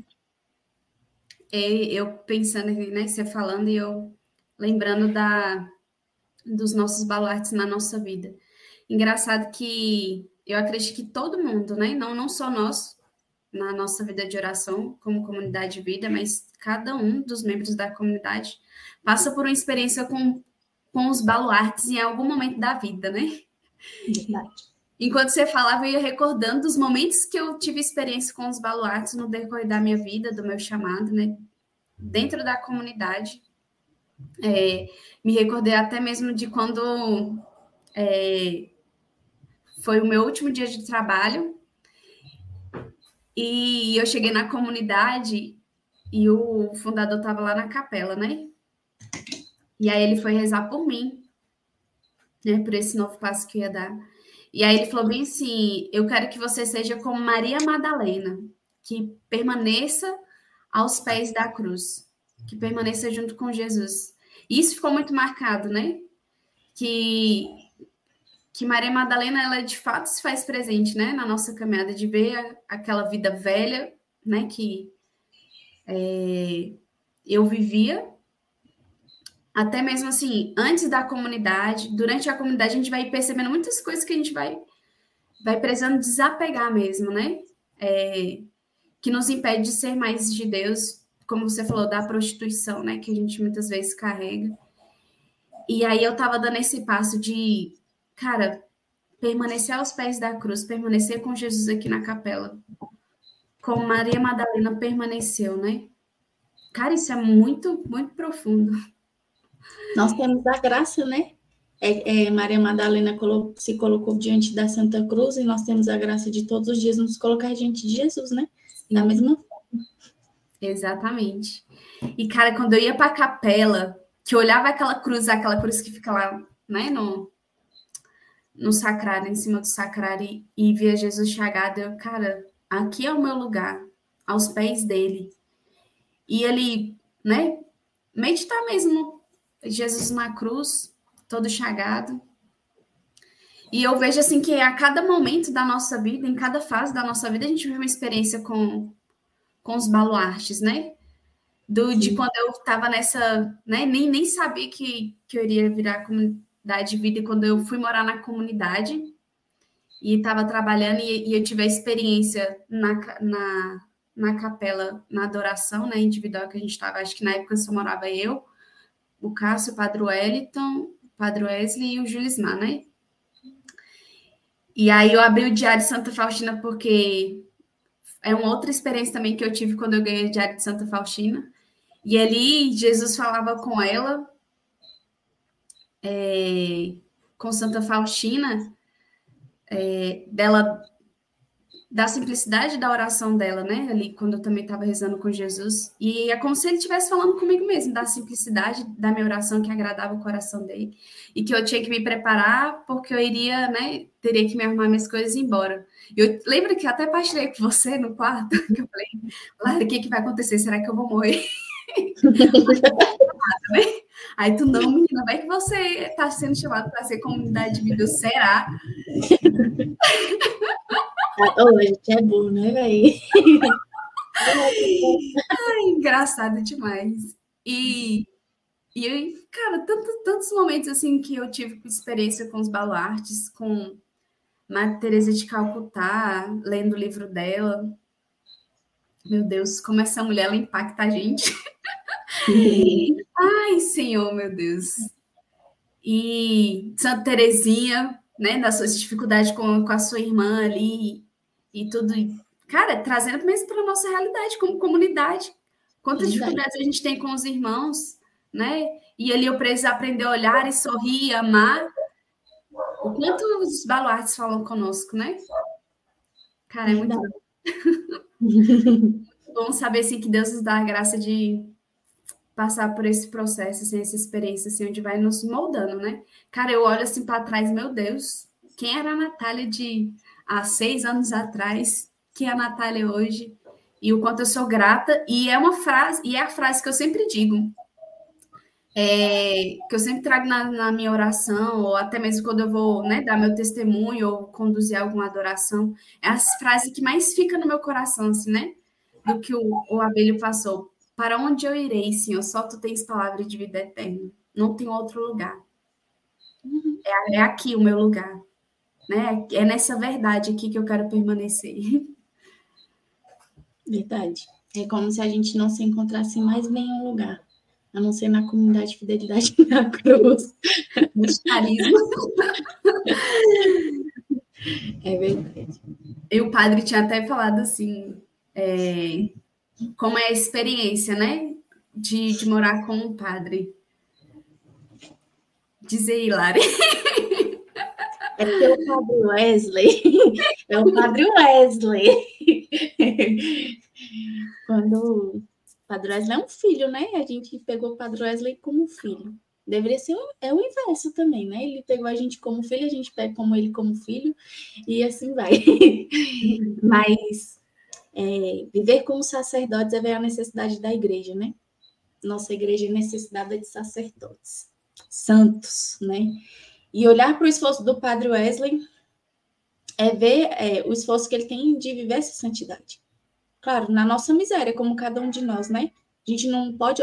Eu pensando aqui, né, você falando e eu lembrando dos nossos baluartes na nossa vida. Engraçado que eu acredito que todo mundo, né, não só nós, na nossa vida de oração, como comunidade de vida, mas cada um dos membros da comunidade passa por uma experiência com os baluartes em algum momento da vida, né? Verdade. Enquanto você falava, eu ia recordando dos momentos que eu tive experiência com os baluartes no decorrer da minha vida, do meu chamado, né? Dentro da comunidade. Me recordei até mesmo de quando foi o meu último dia de trabalho e eu cheguei na comunidade e o fundador estava lá na capela, né? E aí ele foi rezar por mim, né? Por esse novo passo que eu ia dar. E aí ele falou bem assim, eu quero que você seja como Maria Madalena, que permaneça aos pés da cruz, que permaneça junto com Jesus. E isso ficou muito marcado, né? Que Maria Madalena, ela de fato se faz presente, né? Na nossa caminhada, de ver aquela vida velha, né? Que eu vivia, até mesmo assim, antes da comunidade, durante a comunidade, a gente vai percebendo muitas coisas que a gente vai precisando desapegar mesmo, né? Que nos impede de ser mais de Deus, como você falou, da prostituição, né? Que a gente muitas vezes carrega. E aí eu tava dando esse passo de, cara, permanecer aos pés da cruz, permanecer com Jesus aqui na capela, como Maria Madalena permaneceu, né? Cara, isso é muito, muito profundo. Nós temos a graça, né? Maria Madalena se colocou diante da Santa Cruz e nós temos a graça de todos os dias nos colocar diante de Jesus, né? Da mesma forma. Exatamente. E, cara, quando eu ia para a capela, que eu olhava aquela cruz que fica lá, né, no sacrário, em cima do sacrário, e via Jesus chagado, eu, cara, aqui é o meu lugar, aos pés dele. E ele, né, meditar mesmo, Jesus na cruz, todo chagado. E eu vejo, assim, que a cada momento da nossa vida, em cada fase da nossa vida, a gente vive uma experiência com os baluartes, né? De quando eu estava nessa, né? Nem sabia que eu iria virar comunidade de vida, e quando eu fui morar na comunidade e estava trabalhando e eu tive a experiência na capela, na adoração, né, individual que a gente estava, acho que na época só morava eu, o Cássio, o Padre Wellington, o Padre Wesley e o Julismar, né? E aí eu abri o Diário de Santa Faustina porque é uma outra experiência também que eu tive quando eu ganhei o Diário de Santa Faustina. E ali Jesus falava com ela, com Santa Faustina, da simplicidade da oração dela, né? Ali, quando eu também estava rezando com Jesus. E é como se ele estivesse falando comigo mesmo, da simplicidade da minha oração que agradava o coração dele. E que eu tinha que me preparar, porque eu iria, né? Teria que me arrumar minhas coisas e ir embora. Eu lembro que até partilhei com você no quarto, que eu falei, Lara, o que vai acontecer? Será que eu vou morrer? Aí tu, não, menina, vai que você está sendo chamado para ser comunidade de vida, será? A gente é burro, né, velho? Engraçado demais. E cara, tantos momentos assim que eu tive experiência com os baluartes, com Madre Teresa de Calcutá, lendo o livro dela. Meu Deus, como essa mulher ela impacta a gente. Ai, Senhor, meu Deus. E Santa Teresinha, né, das suas dificuldades com a sua irmã ali e tudo. Cara, trazendo mesmo para a nossa realidade como comunidade. Quantas dificuldades a gente tem com os irmãos, né? E ali eu preciso aprender a olhar e sorrir e amar. O quanto os baluartes falam conosco, né? Cara, é muito bom saber assim, que Deus nos dá a graça de passar por esse processo, assim, essa experiência, assim, onde vai nos moldando, né? Cara, eu olho assim para trás, meu Deus, quem era a Natália há 6 anos atrás? Quem é a Natália hoje? E o quanto eu sou grata. E é a frase que eu sempre digo. que eu sempre trago na minha oração, ou até mesmo quando eu vou, né, dar meu testemunho ou conduzir alguma adoração, é as frases que mais ficam no meu coração, assim, né? Do que o Abelho passou. Para onde eu irei, Senhor? Só tu tens palavra de vida eterna. Não tem outro lugar. É aqui o meu lugar, né? É nessa verdade aqui que eu quero permanecer. Verdade. É como se a gente não se encontrasse em mais nenhum lugar, a não ser na comunidade Fidelidade na Cruz. Missionarismo. É verdade. E o padre tinha até falado assim, como é a experiência, né? De morar com um padre. Diz aí, Lari. É porque o Padre Wesley é o Padre Wesley. Quando o Padre Wesley é um filho, né? A gente pegou o Padre Wesley como filho. Deveria ser o inverso também, né? Ele pegou a gente como filho, a gente pega como ele como filho, e assim vai. Mas viver como sacerdotes é ver a necessidade da igreja, né? Nossa igreja é necessitada de sacerdotes santos, né? E olhar para o esforço do Padre Wesley é ver o esforço que ele tem de viver essa santidade. Claro, na nossa miséria, como cada um de nós, né? A gente não pode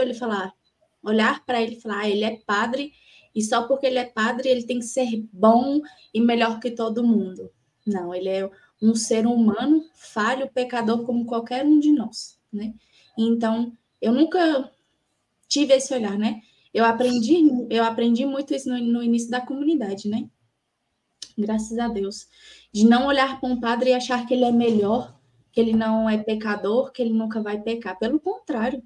olhar para ele e falar, ele é padre, e só porque ele é padre, ele tem que ser bom e melhor que todo mundo. Não, ele é um ser humano, falho, pecador, como qualquer um de nós, né? Então, eu nunca tive esse olhar, né? Eu aprendi muito isso no início da comunidade, né? Graças a Deus. De não olhar para um padre e achar que ele é melhor, que ele não é pecador, que ele nunca vai pecar. Pelo contrário.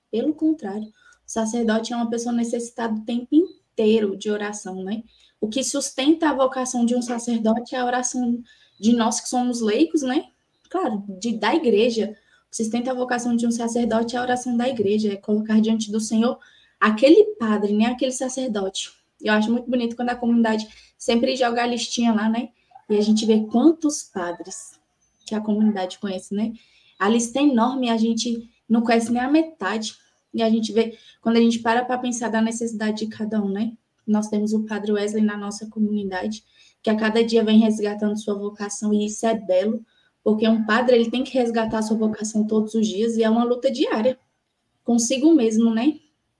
O sacerdote é uma pessoa necessitada o tempo inteiro de oração, né? O que sustenta a vocação de um sacerdote é a oração de nós que somos leigos, né? Claro, da igreja. O que sustenta a vocação de um sacerdote é a oração da igreja, é colocar diante do Senhor aquele padre, né? Aquele sacerdote. Eu acho muito bonito quando a comunidade sempre joga a listinha lá, né? E a gente vê quantos padres que a comunidade conhece, né? A lista é enorme, a gente não conhece nem a metade. E a gente vê, quando a gente para pensar da necessidade de cada um, né? Nós temos o Padre Wesley na nossa comunidade, que a cada dia vem resgatando sua vocação, e isso é belo, porque um padre, ele tem que resgatar sua vocação todos os dias, e é uma luta diária, consigo mesmo, né?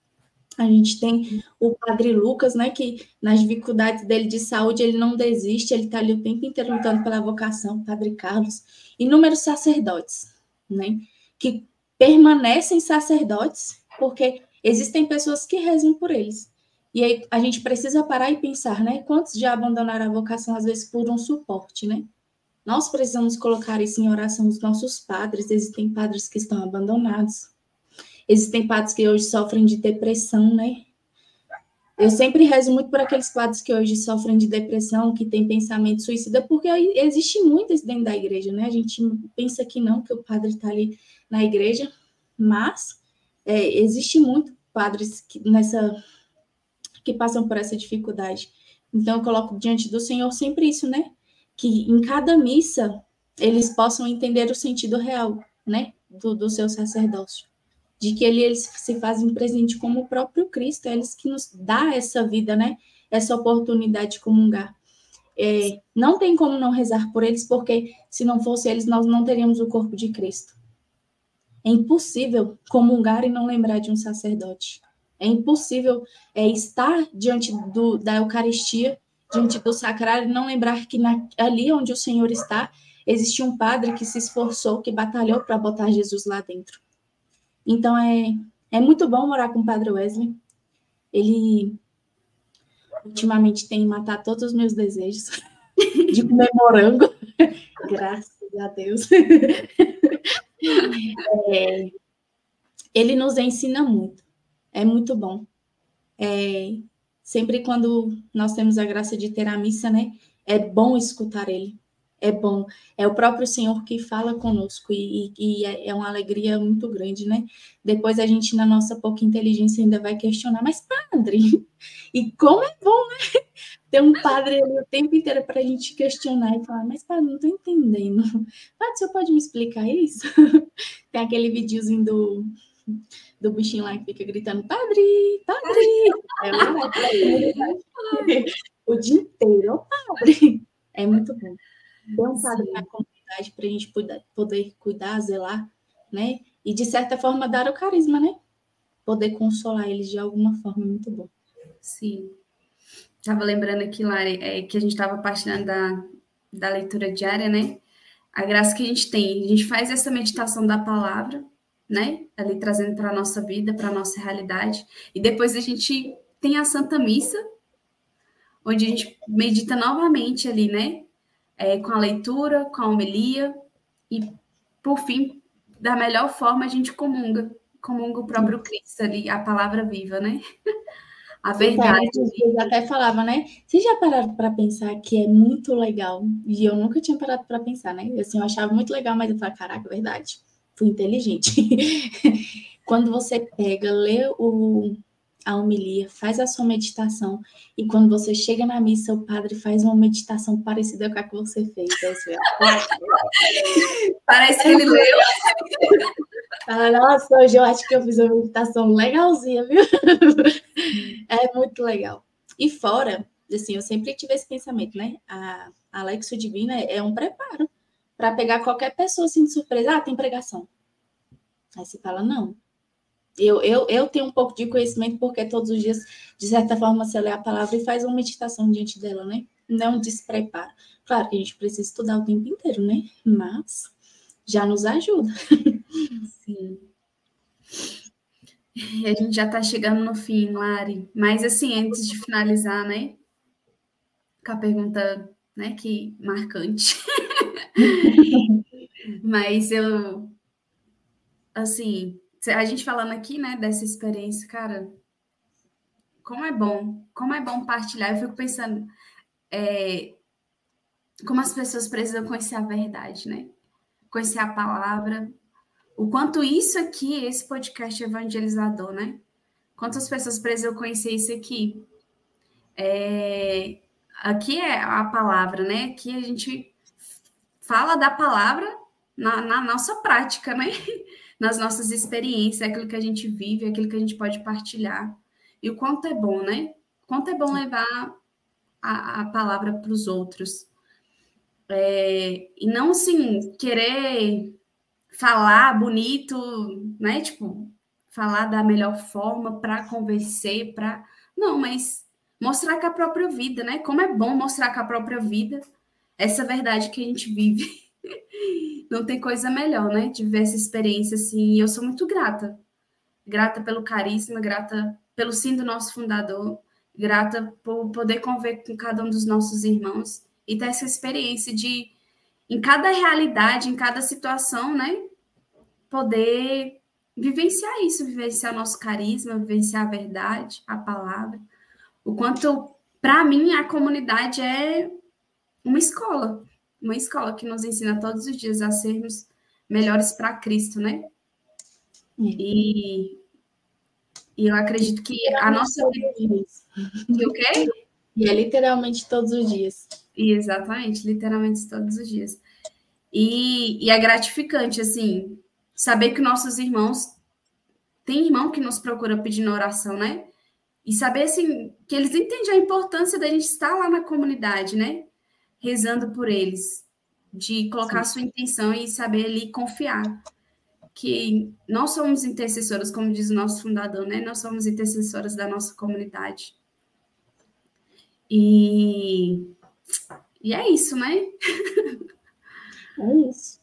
A gente tem o Padre Lucas, né, que nas dificuldades dele de saúde, ele não desiste, ele está ali o tempo inteiro lutando pela vocação, o Padre Carlos, inúmeros sacerdotes, né, que permanecem sacerdotes, porque existem pessoas que rezam por eles. E aí a gente precisa parar e pensar, né, quantos já abandonaram a vocação, às vezes, por um suporte, né? Nós precisamos colocar isso em oração dos nossos padres, existem padres que estão abandonados, existem padres que hoje sofrem de depressão, né? Eu sempre rezo muito por aqueles padres que hoje sofrem de depressão, que têm pensamento suicida, porque existe muito isso dentro da igreja, né? A gente pensa que não, que o padre está ali na igreja, mas existe muito padres que passam por essa dificuldade. Então, eu coloco diante do Senhor sempre isso, né? Que em cada missa eles possam entender o sentido real, né? Do seu sacerdócio. De que eles se fazem presente como o próprio Cristo, é eles que nos dá essa vida, né? Essa oportunidade de comungar. Não tem como não rezar por eles, porque se não fosse eles, nós não teríamos o corpo de Cristo. É impossível comungar e não lembrar de um sacerdote. É impossível estar diante da Eucaristia, diante do sacrário, e não lembrar que ali onde o Senhor está, existe um padre que se esforçou, que batalhou para botar Jesus lá dentro. Então, é muito bom morar com o Padre Wesley. Ele, ultimamente, tem matado todos os meus desejos de comer morango. Graças a Deus. Ele nos ensina muito. É muito bom. Sempre quando nós temos a graça de ter a missa, né? É bom escutar ele. É bom. É o próprio Senhor que fala conosco e é uma alegria muito grande, né? Depois a gente, na nossa pouca inteligência, ainda vai questionar, mas padre, e como é bom, né? Ter um padre ali o tempo inteiro para a gente questionar e falar, mas padre, não estou entendendo. Padre, o senhor pode me explicar isso? Tem aquele videozinho do bichinho lá que fica gritando, padre, padre. É verdade. O dia inteiro, ô padre. É muito bom. Ter um padre na comunidade para a gente poder cuidar, zelar, né? E, de certa forma, dar o carisma, né? Poder consolar eles de alguma forma, muito bom. Sim. Estava lembrando aqui, Lari, que a gente estava partilhando da leitura diária, né? A graça que a gente faz essa meditação da palavra, né? Ali trazendo para a nossa vida, para a nossa realidade. E depois a gente tem a Santa Missa, onde a gente medita novamente ali, né? Com a leitura, com a homilia. E, por fim, da melhor forma, a gente comunga o próprio Cristo ali, a palavra viva, né? A verdade. Vocês até falavam, né? Vocês já pararam para pensar que é muito legal? E eu nunca tinha parado para pensar, né? Assim, eu achava muito legal, mas eu falei, caraca, verdade. Fui inteligente. Quando você pega, lê a homilia, faz a sua meditação, e quando você chega na missa, o padre faz uma meditação parecida com a que você fez. Parece que ele leu. Nossa, hoje eu acho que eu fiz uma meditação legalzinha, viu? É muito legal. E fora, assim, eu sempre tive esse pensamento, né? A Lexio Divina é um preparo para pegar qualquer pessoa assim de surpresa. Ah, tem pregação. Aí você fala, não. Eu tenho um pouco de conhecimento porque todos os dias, de certa forma, você lê a palavra e faz uma meditação diante dela, né? Não despreparo. Claro que a gente precisa estudar o tempo inteiro, né? Mas já nos ajuda. Sim. E a gente já está chegando no fim, Lari. Mas, assim, antes de finalizar, né? Com a pergunta, né? Que marcante. Mas eu... Assim, a gente falando aqui, né? Dessa experiência, cara... Como é bom partilhar. Eu fico pensando como as pessoas precisam conhecer a verdade, né? Conhecer a palavra. O quanto isso aqui, esse podcast evangelizador, né? Quantas pessoas precisam conhecer isso aqui? Aqui é a palavra, né? Aqui a gente fala da palavra na nossa prática, né? Nas nossas experiências, aquilo que a gente vive, aquilo que a gente pode partilhar. E o quanto é bom, né? O quanto é bom levar a palavra para os outros. E não, assim, querer falar bonito, né? Tipo, falar da melhor forma para convencer, para... Não, mas mostrar com a própria vida, né? Como é bom mostrar com a própria vida essa verdade que a gente vive. Não tem coisa melhor, né? De ver essa experiência, assim. E eu sou muito grata. Grata pelo carisma, grata pelo sim do nosso fundador, grata por poder conviver com cada um dos nossos irmãos e ter essa experiência de, em cada realidade, em cada situação, né? Poder vivenciar isso, vivenciar nosso carisma, vivenciar a verdade, a palavra. O quanto, para mim, a comunidade é uma escola que nos ensina todos os dias a sermos melhores para Cristo, né? E eu acredito que a nossa vida... Que o quê? E é literalmente todos os dias. Exatamente, literalmente todos os dias. E é gratificante, assim, saber que nossos irmãos... Tem irmão que nos procura pedindo oração, né? E saber, assim, que eles entendem a importância da gente estar lá na comunidade, né? Rezando por eles. De colocar a sua intenção e saber ali confiar. Que nós somos intercessoras, como diz o nosso fundador, né? Nós somos intercessoras da nossa comunidade. E é isso, né? É isso.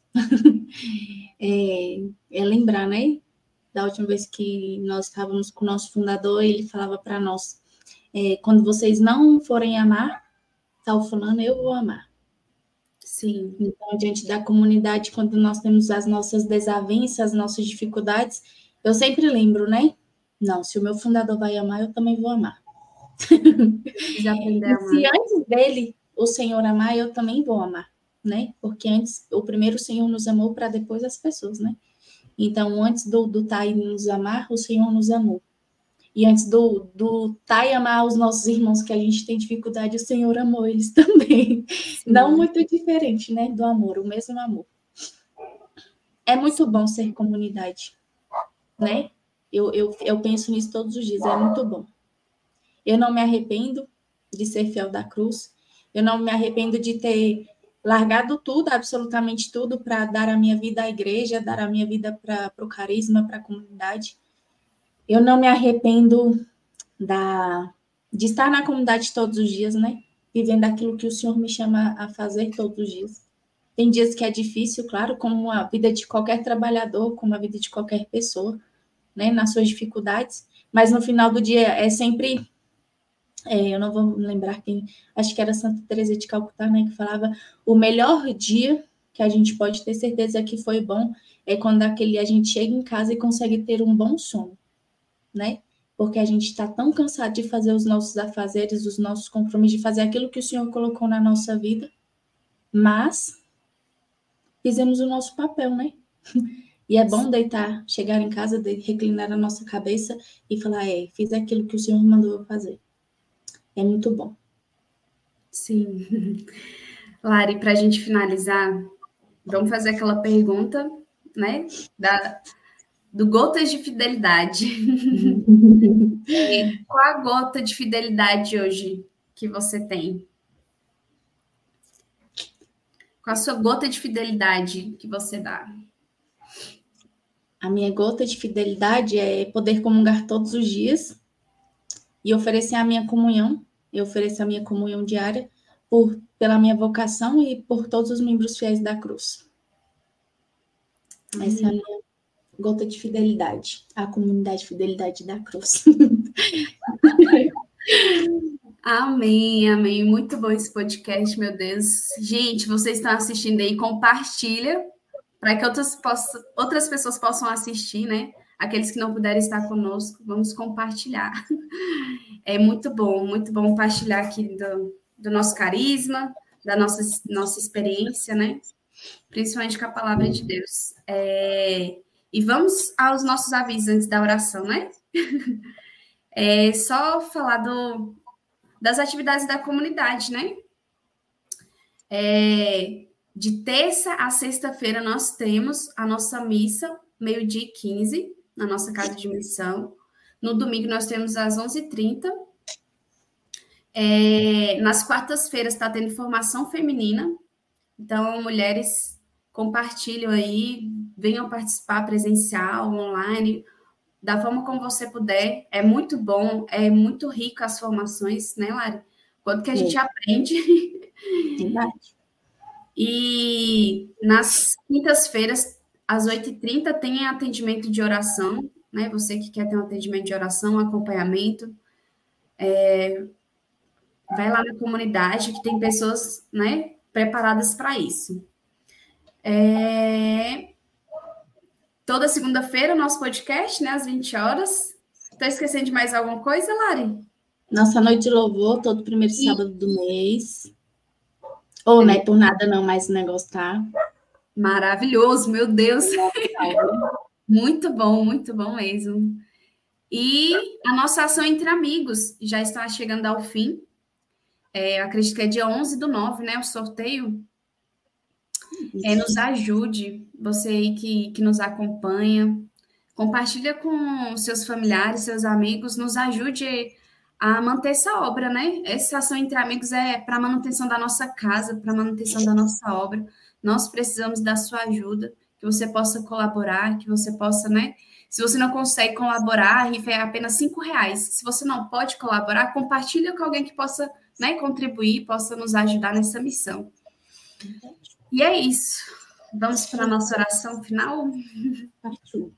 É lembrar, né? Da última vez que nós estávamos com o nosso fundador, ele falava para nós, quando vocês não forem amar, tal fulano, eu vou amar. Sim. Então, diante da comunidade, quando nós temos as nossas desavenças, as nossas dificuldades, eu sempre lembro, né? Não, se o meu fundador vai amar, eu também vou amar. Já aprender a amar. Se antes dele o Senhor amar, eu também vou amar, né? Porque antes, o primeiro o Senhor nos amou para depois as pessoas, né? Então, antes do Tai nos amar, o Senhor nos amou. E antes do Tai amar os nossos irmãos que a gente tem dificuldade, o Senhor amou eles também. Sim. Não muito diferente, né? Do amor, o mesmo amor. É muito bom ser comunidade. né? Eu penso nisso todos os dias, é muito bom. Eu não me arrependo de ser fiel da cruz, eu não me arrependo de ter largado tudo, absolutamente tudo, para dar a minha vida à igreja, dar a minha vida para o carisma, para a comunidade. Eu não me arrependo de estar na comunidade todos os dias, né? Vivendo aquilo que o Senhor me chama a fazer todos os dias. Tem dias que é difícil, claro, como a vida de qualquer trabalhador, como a vida de qualquer pessoa, né? Nas suas dificuldades. Mas no final do dia é sempre... eu não vou lembrar quem... Acho que era Santa Teresa de Calcutá, né? Que falava, o melhor dia que a gente pode ter certeza que foi bom é quando a gente chega em casa e consegue ter um bom sono, né? Porque a gente está tão cansado de fazer os nossos afazeres, os nossos compromissos, de fazer aquilo que o Senhor colocou na nossa vida, mas fizemos o nosso papel, né? E é bom deitar, chegar em casa, reclinar a nossa cabeça e falar, fiz aquilo que o Senhor mandou eu fazer. É muito bom. Sim. Lari, para a gente finalizar, vamos fazer aquela pergunta, né? Do Gotas de Fidelidade. Qual a gota de fidelidade hoje que você tem? Qual a sua gota de fidelidade que você dá? A minha gota de fidelidade é poder comungar todos os dias e oferecer a minha comunhão. Eu ofereço a minha comunhão diária pela minha vocação e por todos os membros fiéis da cruz. Essa é a minha gota de fidelidade, a comunidade de fidelidade da cruz. Amém, amém. Muito bom esse podcast, meu Deus. Gente, vocês estão assistindo aí, compartilha para que outras pessoas possam assistir, né? Aqueles que não puderem estar conosco, vamos compartilhar. É muito bom partilhar aqui do nosso carisma, da nossa experiência, né? Principalmente com a palavra de Deus. E vamos aos nossos avisos antes da oração, né? Só falar das atividades da comunidade, né? De terça a sexta-feira nós temos a nossa missa, 12h15, na nossa casa de missão. No domingo nós temos às 11h30. Nas quartas-feiras está tendo formação feminina. Então, mulheres compartilham aí, venham participar presencial, online, da forma como você puder. É muito bom, é muito rico as formações, né, Lari? Quanto que a gente aprende. Verdade. E nas quintas-feiras, às 8h30, tem atendimento de oração, né? Você que quer ter um atendimento de oração, um acompanhamento, vai lá na comunidade, que tem pessoas, né, preparadas para isso. Toda segunda-feira, o nosso podcast, né, às 20 horas. Estou esquecendo de mais alguma coisa, Lari? Nossa noite de louvor, todo primeiro sábado do mês. Ou não é por nada não, mas o negócio tá... Maravilhoso, meu Deus. Muito bom mesmo. E a nossa ação entre amigos já está chegando ao fim. Eu acredito que é dia 11/9, né, o sorteio. Nos ajude, você aí que nos acompanha. Compartilha com seus familiares, seus amigos, nos ajude a manter essa obra, né? Essa ação entre amigos é para a manutenção da nossa casa, para a manutenção da nossa obra. Nós precisamos da sua ajuda, que você possa colaborar, que você possa, né? Se você não consegue colaborar, a rifa é apenas R$5. Se você não pode colaborar, compartilha com alguém que possa, né, contribuir, possa nos ajudar nessa missão. E é isso. Vamos para a nossa oração final? Partiu.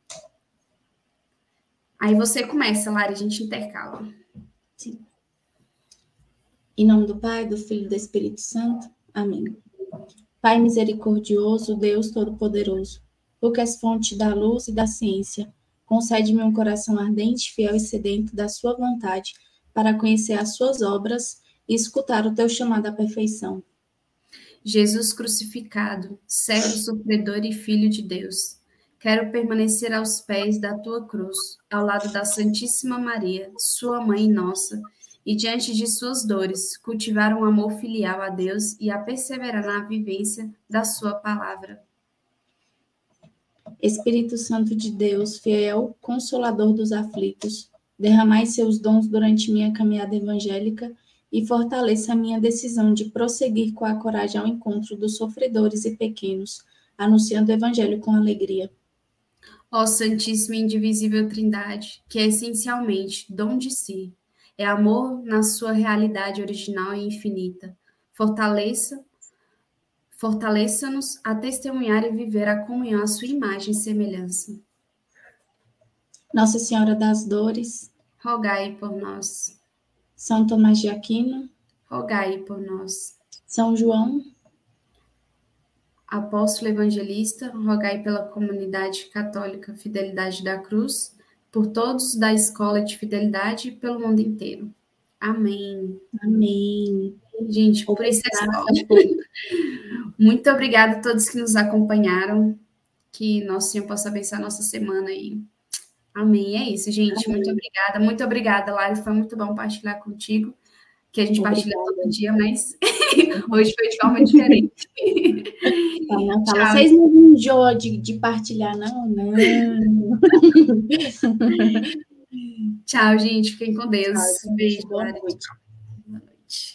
Aí você começa, Lari, a gente intercala. Sim. Em nome do Pai, do Filho e do Espírito Santo. Amém. Pai misericordioso, Deus Todo-Poderoso, tu que és fonte da luz e da ciência, concede-me um coração ardente, fiel e sedento da sua vontade, para conhecer as suas obras e escutar o teu chamado à perfeição. Jesus crucificado, servo sofredor e filho de Deus, quero permanecer aos pés da tua cruz, ao lado da Santíssima Maria, sua mãe e nossa, e diante de suas dores, cultivar um amor filial a Deus e a perseverar na vivência da sua palavra. Espírito Santo de Deus, fiel consolador dos aflitos, derramai seus dons durante minha caminhada evangélica e fortaleça a minha decisão de prosseguir com a coragem ao encontro dos sofredores e pequenos, anunciando o evangelho com alegria. Ó Santíssima e Indivisível Trindade, que é essencialmente dom de si, é amor na sua realidade original e infinita. Fortaleça-nos a testemunhar e viver a comunhão à sua imagem e semelhança. Nossa Senhora das Dores, Rogai por nós. São Tomás de Aquino, Rogai por nós. São João, Apóstolo Evangelista, rogai pela comunidade católica Fidelidade da Cruz, por todos da Escola de Fidelidade e pelo mundo inteiro. Amém. amém. Gente, por isso é só. Muito obrigada a todos que nos acompanharam. Que Nosso Senhor possa abençoar a nossa semana aí. Amém. É isso, gente. Amém. Muito obrigada. Muito obrigada, Lari. Foi muito bom partilhar contigo. Que a gente partilha todo dia, mas hoje foi de forma diferente. Não, fala, vocês não enjoam de partilhar, não? Não. Tchau, gente. Fiquem com Deus. Tchau, Beijo, boa Lari. noite. Boa noite.